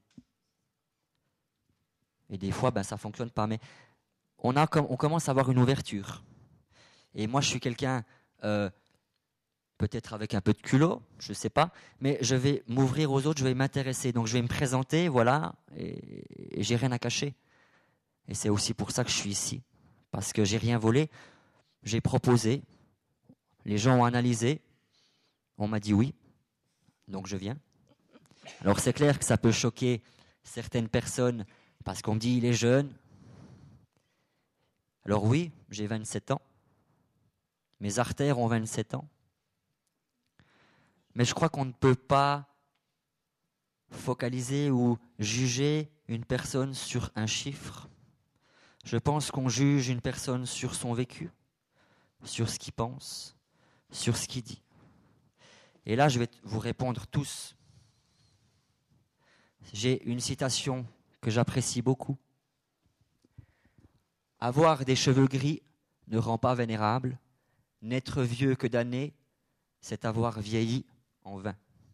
Et des fois, ben, ça ne fonctionne pas, mais on, a, on commence à avoir une ouverture. Et moi, je suis quelqu'un, euh, peut-être avec un peu de culot, je ne sais pas, mais je vais m'ouvrir aux autres, je vais m'intéresser. Donc, je vais me présenter, voilà, et, et j'ai rien à cacher. Et c'est aussi pour ça que je suis ici, parce que j'ai rien volé, j'ai proposé, les gens ont analysé, on m'a dit oui, donc je viens. Alors, c'est clair que ça peut choquer certaines personnes, parce qu'on me dit il est jeune. Alors oui, j'ai vingt-sept ans. Mes artères ont vingt-sept ans. Mais je crois qu'on ne peut pas focaliser ou juger une personne sur un chiffre. Je pense qu'on juge une personne sur son vécu, sur ce qu'il pense, sur ce qu'il dit. Et là, je vais vous répondre tous. J'ai une citation que j'apprécie beaucoup. Avoir des cheveux gris ne rend pas vénérable. N'être vieux que d'années, c'est avoir vieilli en vain.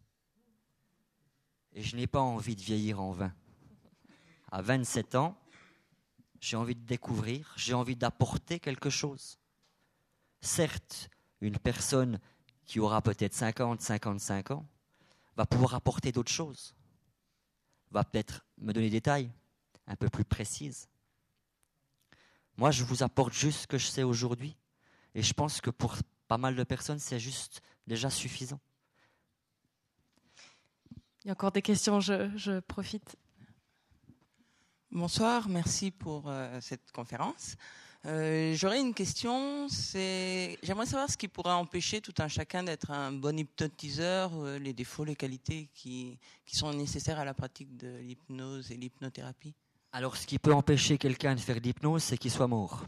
Et je n'ai pas envie de vieillir en vain. À vingt-sept ans, j'ai envie de découvrir, j'ai envie d'apporter quelque chose. Certes, une personne qui aura peut-être cinquante, cinquante-cinq ans va pouvoir apporter d'autres choses, va peut-être me donner des détails un peu plus précises. Moi, je vous apporte juste ce que je sais aujourd'hui. Et je pense que pour pas mal de personnes, c'est juste déjà suffisant. Il y a encore des questions, je, je profite. Bonsoir, merci pour euh, cette conférence. Euh, j'aurais une question, c'est, j'aimerais savoir ce qui pourrait empêcher tout un chacun d'être un bon hypnotiseur, euh, les défauts, les qualités qui, qui sont nécessaires à la pratique de l'hypnose et l'hypnothérapie. Alors, ce qui peut empêcher quelqu'un de faire de l'hypnose, c'est qu'il soit mort.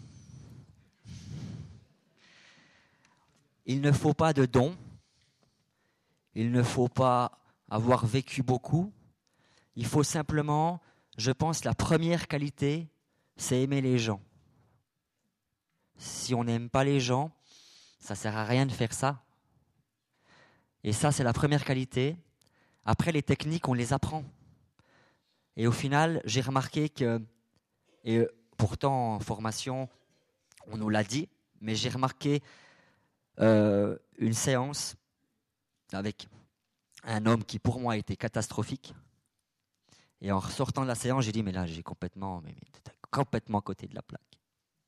Il ne faut pas de don, il ne faut pas avoir vécu beaucoup, il faut simplement, je pense, la première qualité, c'est aimer les gens. Si on n'aime pas les gens, ça ne sert à rien de faire ça. Et ça, c'est la première qualité. Après, les techniques, on les apprend. Et au final, j'ai remarqué que, et pourtant en formation, on nous l'a dit, mais j'ai remarqué Euh, une séance avec un homme qui pour moi était catastrophique. Et en ressortant de la séance, j'ai dit mais là j'ai complètement, mais, mais, complètement à côté de la plaque.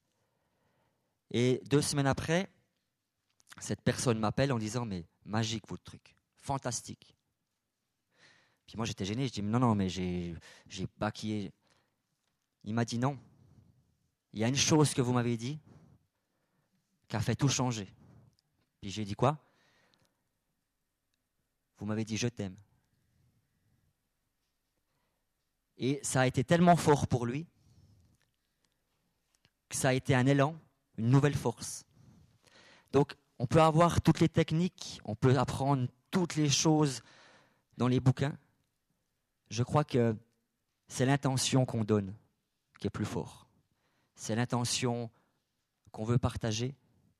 Et deux semaines après, cette personne m'appelle en disant mais magique votre truc, fantastique. Puis moi j'étais gêné, je dis non non mais j'ai j'ai baquillé. Il m'a dit non. Il y a une chose que vous m'avez dit qui a fait tout changer. Puis j'ai dit quoi? Vous m'avez dit je t'aime. Et ça a été tellement fort pour lui que ça a été un élan, une nouvelle force. Donc on peut avoir toutes les techniques, on peut apprendre toutes les choses dans les bouquins. Je crois que c'est l'intention qu'on donne qui est plus fort. C'est l'intention qu'on veut partager.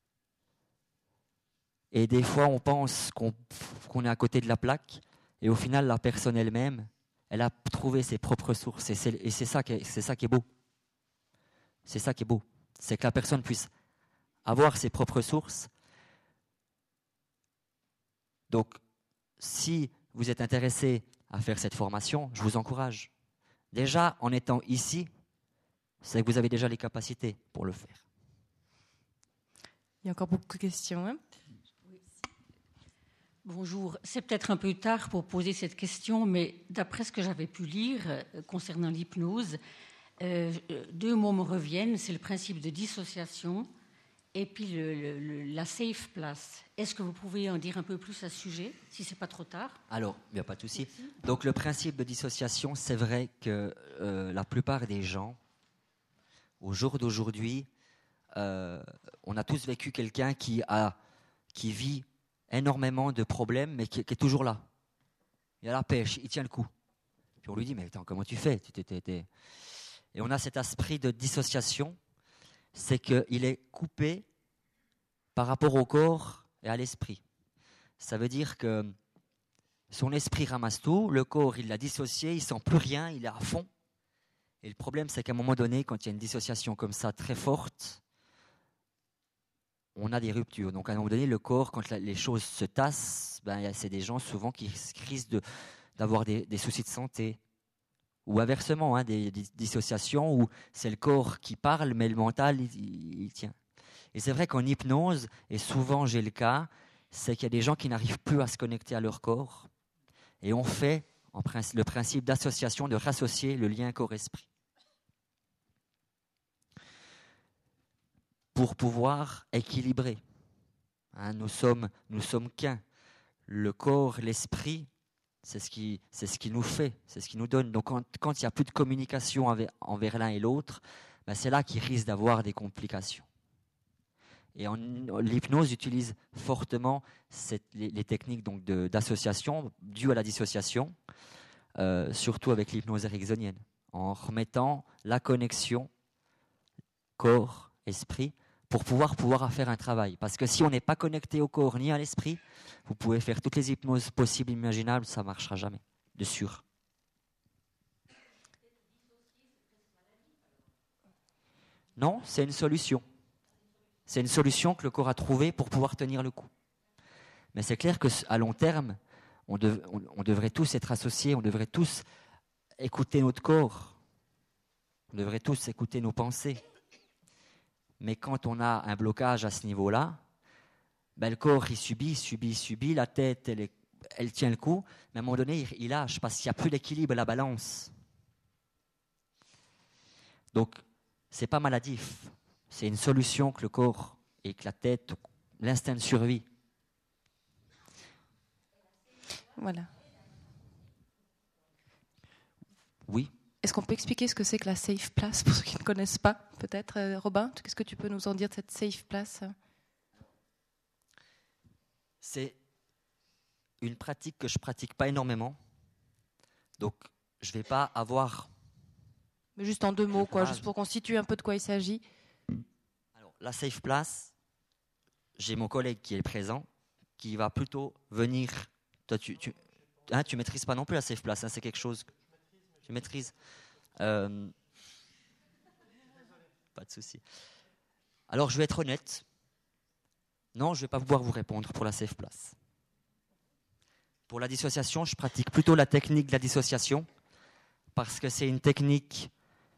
Et des fois, on pense qu'on, qu'on est à côté de la plaque, et au final, la personne elle-même, elle a trouvé ses propres sources. Et c'est, et c'est, ça, qui est, c'est ça qui est beau. C'est ça qui est beau. C'est que la personne puisse avoir ses propres sources. Donc, si vous êtes intéressé à faire cette formation, je vous encourage. Déjà, en étant ici, c'est que vous avez déjà les capacités pour le faire. Il y a encore beaucoup de questions. Hein? Bonjour, c'est peut-être un peu tard pour poser cette question, mais d'après ce que j'avais pu lire euh, concernant l'hypnose, euh, deux mots me reviennent, c'est le principe de dissociation Et puis le, le, la safe place. Est-ce que vous pouvez en dire un peu plus à ce sujet, si ce n'est pas trop tard? Alors, il n'y a pas de souci. Donc le principe de dissociation, c'est vrai que euh, la plupart des gens, au jour d'aujourd'hui, euh, on a tous vécu quelqu'un qui, a, qui vit énormément de problèmes, mais qui, qui est toujours là. Il a la pêche, il tient le coup. Puis on lui dit, mais attends, comment tu fais? tu, t'es, t'es, t'es... Et on a cet esprit de dissociation, c'est qu'il est coupé par rapport au corps et à l'esprit. Ça veut dire que son esprit ramasse tout, le corps il l'a dissocié, il ne sent plus rien, il est à fond. Et le problème c'est qu'à un moment donné, quand il y a une dissociation comme ça très forte, on a des ruptures. Donc à un moment donné, le corps, quand la, les choses se tassent, ben, c'est des gens souvent qui risquent de, d'avoir des, des soucis de santé. Ou inversement, hein, des, des dissociations où c'est le corps qui parle, mais le mental, il, il, il tient. Et c'est vrai qu'en hypnose, et souvent j'ai le cas, c'est qu'il y a des gens qui n'arrivent plus à se connecter à leur corps. Et on fait en principe, le principe d'association, de rassocier le lien corps-esprit. Pour pouvoir équilibrer. Hein, nous sommes, nous sommes qu'un. Le corps, l'esprit, c'est ce qui, c'est ce qui nous fait, c'est ce qui nous donne. Donc quand, quand il n'y a plus de communication envers, envers l'un et l'autre, ben c'est là qu'il risque d'avoir des complications. Et en, l'hypnose utilise fortement cette, les, les techniques donc de, d'association dues à la dissociation, euh, surtout avec l'hypnose ericksonienne, en remettant la connexion corps-esprit pour pouvoir, pouvoir faire un travail. Parce que si on n'est pas connecté au corps ni à l'esprit, vous pouvez faire toutes les hypnoses possibles, imaginables, ça ne marchera jamais, de sûr. Non, c'est une solution. C'est une solution que le corps a trouvée pour pouvoir tenir le coup. Mais c'est clair qu'à long terme, on, dev, on, on devrait tous être associés, on devrait tous écouter notre corps, on devrait tous écouter nos pensées. Mais quand on a un blocage à ce niveau-là, ben le corps il subit, subit, subit, la tête elle, est, elle tient le coup, mais à un moment donné il, il lâche parce qu'il n'y a plus d'équilibre, la balance. Donc c'est pas maladif. C'est une solution que le corps et que la tête, l'instinct de survie. Voilà. Oui. Est-ce qu'on peut expliquer ce que c'est que la safe place pour ceux qui ne connaissent pas, peut-être, euh, Robin? Qu'est-ce que tu peux nous en dire de cette safe place? C'est une pratique que je pratique pas énormément, donc je vais pas avoir. Mais juste en deux mots, quoi, juste pour qu'on situe un peu de quoi il s'agit. Alors, la safe place, j'ai mon collègue qui est présent, qui va plutôt venir. Toi, tu, tu, hein, tu maîtrises pas non plus la safe place, hein, c'est quelque chose que tu maîtrises. Euh, pas de souci. Alors, je vais être honnête. Non, je ne vais pas pouvoir vous répondre pour la safe place. Pour la dissociation, je pratique plutôt la technique de la dissociation parce que c'est une technique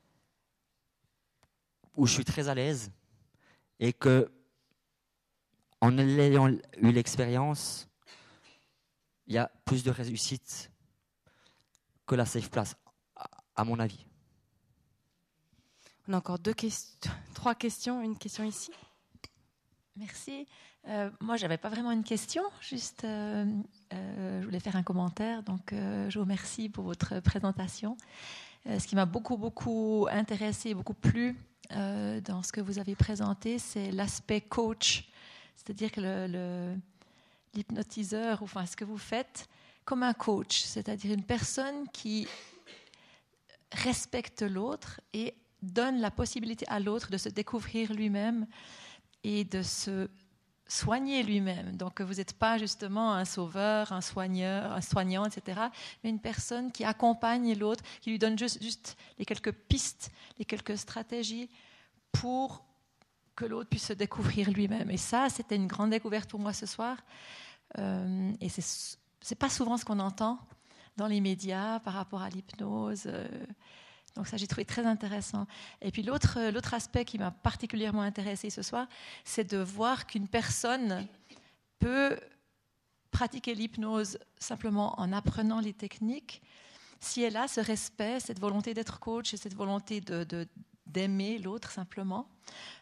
où je suis très à l'aise et que, en ayant eu l'expérience, il y a plus de réussite que la safe place, à mon avis. On a encore deux questions, trois questions, une question ici. Merci. Euh, moi, je n'avais pas vraiment une question, juste euh, euh, je voulais faire un commentaire. Donc, euh, je vous remercie pour votre présentation. Euh, ce qui m'a beaucoup, beaucoup intéressé, beaucoup plu euh, dans ce que vous avez présenté, c'est l'aspect coach. C'est-à-dire que le, le, l'hypnotiseur, enfin, ce que vous faites comme un coach, c'est-à-dire une personne qui respecte l'autre et donne la possibilité à l'autre de se découvrir lui-même et de se soigner lui-même. Donc, vous n'êtes pas justement un sauveur, un soigneur, un soignant, et cetera, mais une personne qui accompagne l'autre, qui lui donne juste, juste les quelques pistes, les quelques stratégies pour que l'autre puisse se découvrir lui-même. Et ça, c'était une grande découverte pour moi ce soir. Euh, et c'est, c'est pas souvent ce qu'on entend dans les médias par rapport à l'hypnose. Euh, Donc ça, j'ai trouvé très intéressant. Et puis l'autre, l'autre aspect qui m'a particulièrement intéressée ce soir, c'est de voir qu'une personne peut pratiquer l'hypnose simplement en apprenant les techniques, si elle a ce respect, cette volonté d'être coach et cette volonté de, de, d'aimer l'autre simplement,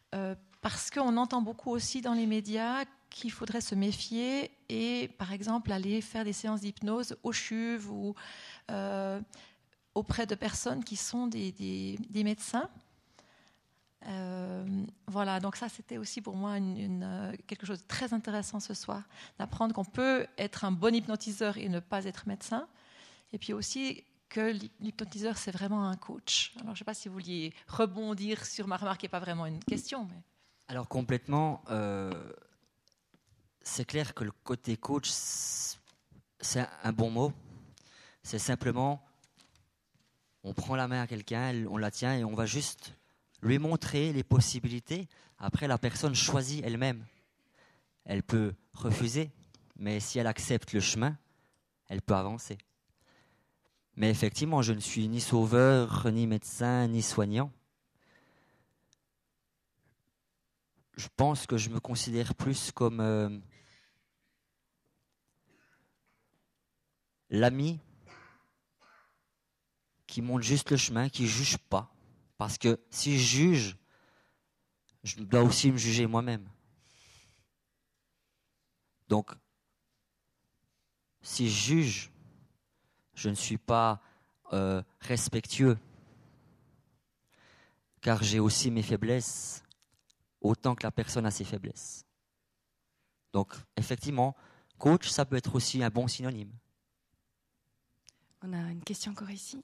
euh, parce qu'on entend beaucoup aussi dans les médias qu'il faudrait se méfier et, par exemple, aller faire des séances d'hypnose au C H U V ou euh, auprès de personnes qui sont des, des, des médecins. Euh, voilà, donc ça c'était aussi pour moi une, une, quelque chose de très intéressant ce soir, d'apprendre qu'on peut être un bon hypnotiseur et ne pas être médecin, et puis aussi que l'hypnotiseur c'est vraiment un coach. Alors je ne sais pas si vous vouliez rebondir sur ma remarque, qui n'est pas vraiment une question. Mais... Alors complètement, euh, c'est clair que le côté coach, c'est un bon mot, c'est simplement, on prend la main à quelqu'un, on la tient et on va juste lui montrer les possibilités. Après, la personne choisit elle-même. Elle peut refuser, mais si elle accepte le chemin, elle peut avancer. Mais effectivement, je ne suis ni sauveur, ni médecin, ni soignant. Je pense que je me considère plus comme euh, l'ami qui montre juste le chemin, qui ne juge pas. Parce que si je juge, je dois aussi me juger moi-même. Donc, si je juge, je ne suis pas euh, respectueux, car j'ai aussi mes faiblesses, autant que la personne a ses faiblesses. Donc, effectivement, coach, ça peut être aussi un bon synonyme. On a une question encore ici.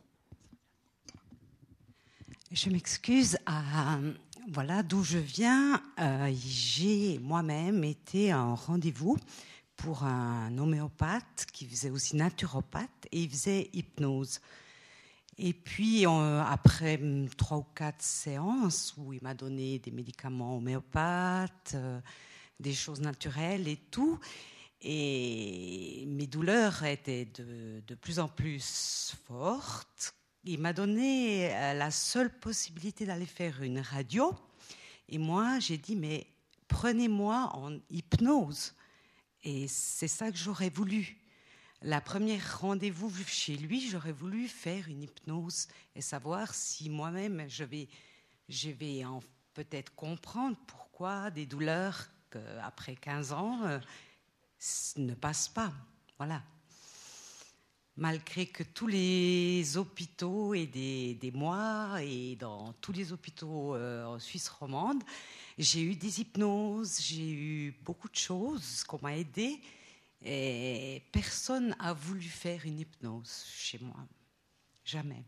Je m'excuse, à, voilà d'où je viens. Euh, j'ai moi-même été en rendez-vous pour un homéopathe qui faisait aussi naturopathe et il faisait hypnose. Et puis, on, après trois ou quatre séances où il m'a donné des médicaments homéopathes, euh, des choses naturelles et tout, et mes douleurs étaient de, de plus en plus fortes. Il m'a donné la seule possibilité d'aller faire une radio. Et moi, j'ai dit, mais prenez-moi en hypnose. Et c'est ça que j'aurais voulu. La première rendez-vous chez lui, j'aurais voulu faire une hypnose et savoir si moi-même, je vais, je vais en peut-être comprendre pourquoi des douleurs qu'après quinze ans euh, ne passent pas. Voilà. Malgré que tous les hôpitaux et des, des mois et dans tous les hôpitaux euh, en Suisse romande, j'ai eu des hypnoses, j'ai eu beaucoup de choses qu'on m'a aidé et personne n'a voulu faire une hypnose chez moi. Jamais.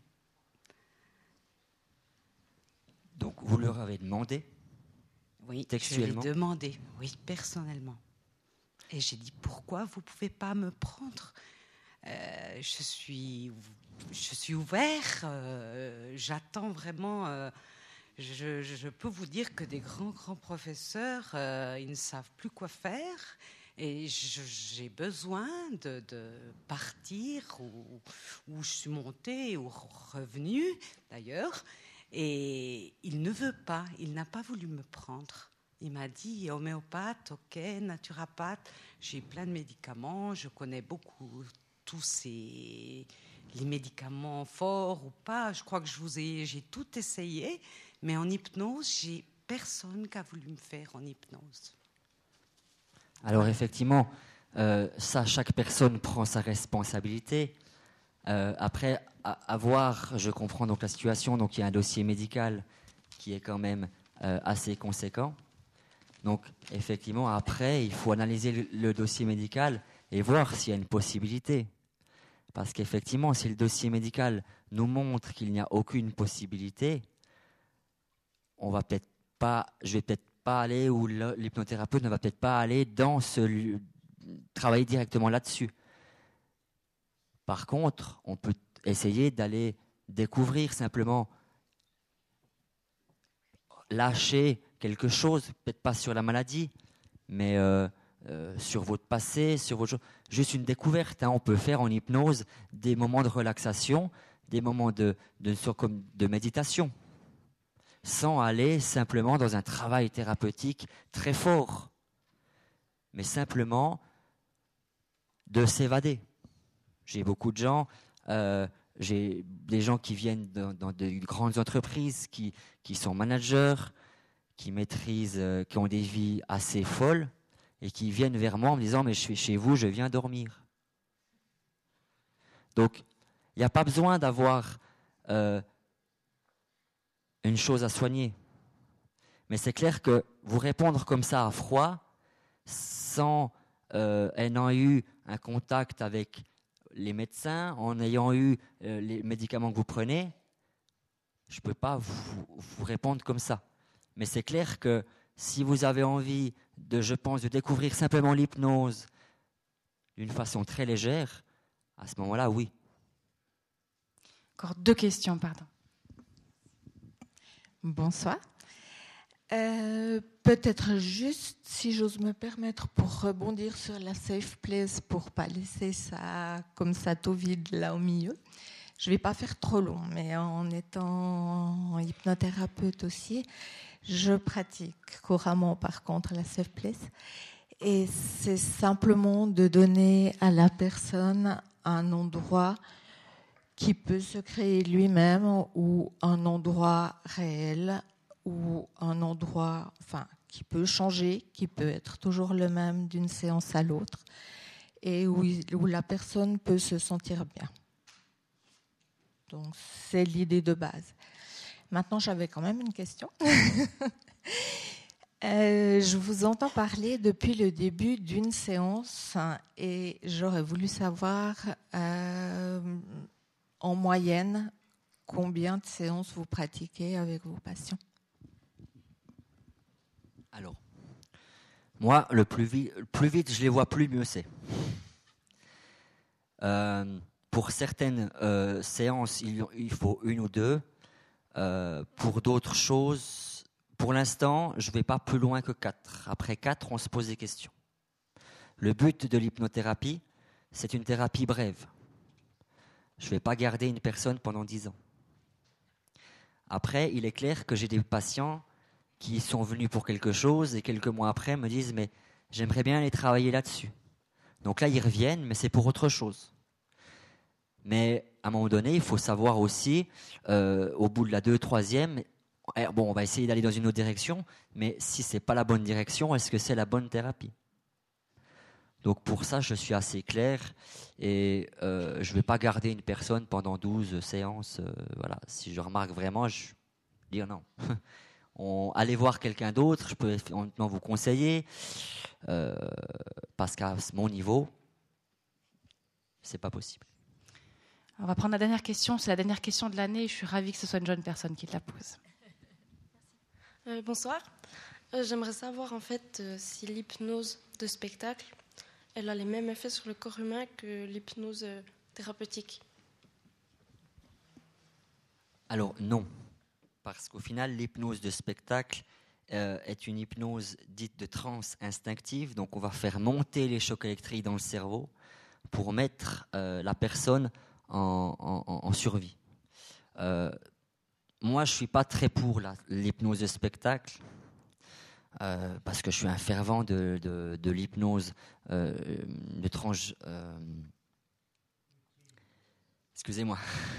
Donc vous leur avez demandé? Oui, textuellement? je l'ai demandé, oui, personnellement. Et j'ai dit, pourquoi vous ne pouvez pas me prendre ? Euh, je suis, je suis ouvert, euh, j'attends vraiment. Euh, je, je peux vous dire que des grands, grands professeurs, euh, ils ne savent plus quoi faire. Et je, j'ai besoin de, de partir où, où je suis montée ou revenue, d'ailleurs. Et il ne veut pas, il n'a pas voulu me prendre. Il m'a dit, homéopathe, ok, naturopathe, j'ai plein de médicaments, je connais beaucoup tous ces, les médicaments forts ou pas. Je crois que je vous ai, j'ai tout essayé, mais en hypnose, j'ai personne qui a voulu me faire en hypnose. Alors effectivement, euh, ça, chaque personne prend sa responsabilité. Euh, après avoir, je comprends donc la situation, donc il y a un dossier médical qui est quand même euh, assez conséquent. Donc effectivement, après, il faut analyser le, le dossier médical et voir s'il y a une possibilité. Parce qu'effectivement, si le dossier médical nous montre qu'il n'y a aucune possibilité, on va peut-être pas, je vais peut-être pas aller, ou l'hypnothérapeute ne va peut-être pas aller dans ce travailler directement là-dessus. Par contre, on peut essayer d'aller découvrir simplement, lâcher quelque chose, peut-être pas sur la maladie, mais euh, euh, sur votre passé, sur votre chose. Juste une découverte. Hein. On peut faire en hypnose des moments de relaxation, des moments de, de, de, de méditation, sans aller simplement dans un travail thérapeutique très fort, mais simplement de s'évader. J'ai beaucoup de gens, euh, j'ai des gens qui viennent dans, dans de grandes entreprises, qui, qui sont managers, qui maîtrisent, euh, qui ont des vies assez folles et qui viennent vers moi en me disant « mais je suis chez vous, je viens dormir ». Donc, il n'y a pas besoin d'avoir euh, une chose à soigner. Mais c'est clair que vous répondre comme ça à froid, sans euh, ayant eu un contact avec les médecins, en ayant eu euh, les médicaments que vous prenez, je ne peux pas vous, vous répondre comme ça. Mais c'est clair que si vous avez envie, de, je pense, de découvrir simplement l'hypnose d'une façon très légère, à ce moment-là, oui. Encore deux questions, pardon. Bonsoir. Euh, peut-être juste, si j'ose me permettre, pour rebondir sur la safe place, pour pas laisser ça comme ça tout vide là au milieu. Je vais pas faire trop long, mais en étant hypnothérapeute aussi, je pratique couramment par contre la safe place. Et c'est simplement de donner à la personne un endroit qui peut se créer lui-même ou un endroit réel ou un endroit enfin, qui peut changer, qui peut être toujours le même d'une séance à l'autre et où, où la personne peut se sentir bien. Donc c'est l'idée de base. Maintenant, j'avais quand même une question. euh, je vous entends parler depuis le début d'une séance et j'aurais voulu savoir euh, en moyenne combien de séances vous pratiquez avec vos patients. Alors, moi, le plus vite, le plus vite je les vois, plus mieux c'est. Euh, pour certaines euh, séances, il, il faut une ou deux. Euh, pour d'autres choses, pour l'instant, je ne vais pas plus loin que quatre. Après quatre, on se pose des questions. Le but de l'hypnothérapie, c'est une thérapie brève. Je ne vais pas garder une personne pendant dix ans. Après, il est clair que j'ai des patients qui sont venus pour quelque chose et quelques mois après me disent « mais j'aimerais bien aller travailler là-dessus ». Donc là, ils reviennent, mais c'est pour autre chose. Mais à un moment donné, il faut savoir aussi, euh, au bout de la deux, troisième, bon, on va essayer d'aller dans une autre direction, mais si ce n'est pas la bonne direction, est-ce que c'est la bonne thérapie ? Donc pour ça, je suis assez clair et euh, je ne vais pas garder une personne pendant douze séances. Euh, voilà. Si je remarque vraiment, je vais dire non. On, allez voir quelqu'un d'autre, je peux éventuellement vous conseiller, euh, parce qu'à mon niveau, ce n'est pas possible. On va prendre la dernière question, c'est la dernière question de l'année et je suis ravie que ce soit une jeune personne qui te la pose. Euh, bonsoir. Euh, j'aimerais savoir en fait euh, si l'hypnose de spectacle, elle a les mêmes effets sur le corps humain que l'hypnose euh, thérapeutique. Alors non, parce qu'au final, l'hypnose de spectacle euh, est une hypnose dite de transe instinctive, donc on va faire monter les chocs électriques dans le cerveau pour mettre euh, la personne En, en, en survie. Euh, moi, je ne suis pas très pour la, l'hypnose de spectacle, euh, parce que je suis un fervent de, de, de l'hypnose euh, de tranche... Euh, excusez-moi.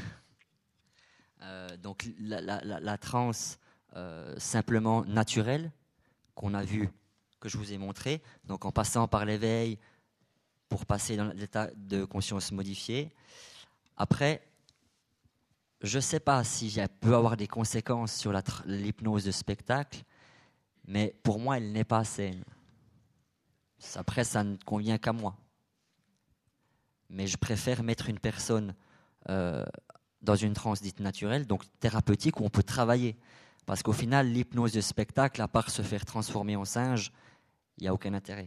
Euh, donc, la, la, la, la transe euh, simplement naturelle, qu'on a vu, que je vous ai montré, donc en passant par l'éveil pour passer dans l'état de conscience modifié. Après, je ne sais pas si ça peut avoir des conséquences sur la, l'hypnose de spectacle, mais pour moi, elle n'est pas saine. Après, ça ne convient qu'à moi. Mais je préfère mettre une personne euh, dans une transe dite naturelle, donc thérapeutique, où on peut travailler. Parce qu'au final, l'hypnose de spectacle, à part se faire transformer en singe, il n'y a aucun intérêt.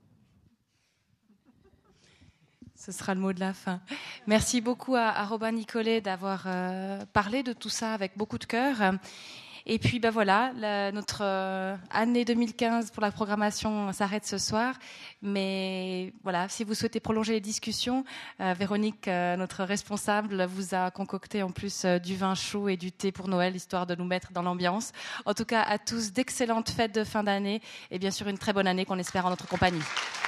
Ce sera le mot de la fin. Merci beaucoup à, à Robin Nicolet d'avoir euh, parlé de tout ça avec beaucoup de cœur. Et puis ben voilà, la, notre euh, année deux mille quinze pour la programmation s'arrête ce soir. Mais voilà, si vous souhaitez prolonger les discussions, euh, Véronique, euh, notre responsable, vous a concocté en plus euh, du vin chaud et du thé pour Noël, histoire de nous mettre dans l'ambiance. En tout cas, à tous, d'excellentes fêtes de fin d'année et bien sûr une très bonne année qu'on espère en notre compagnie.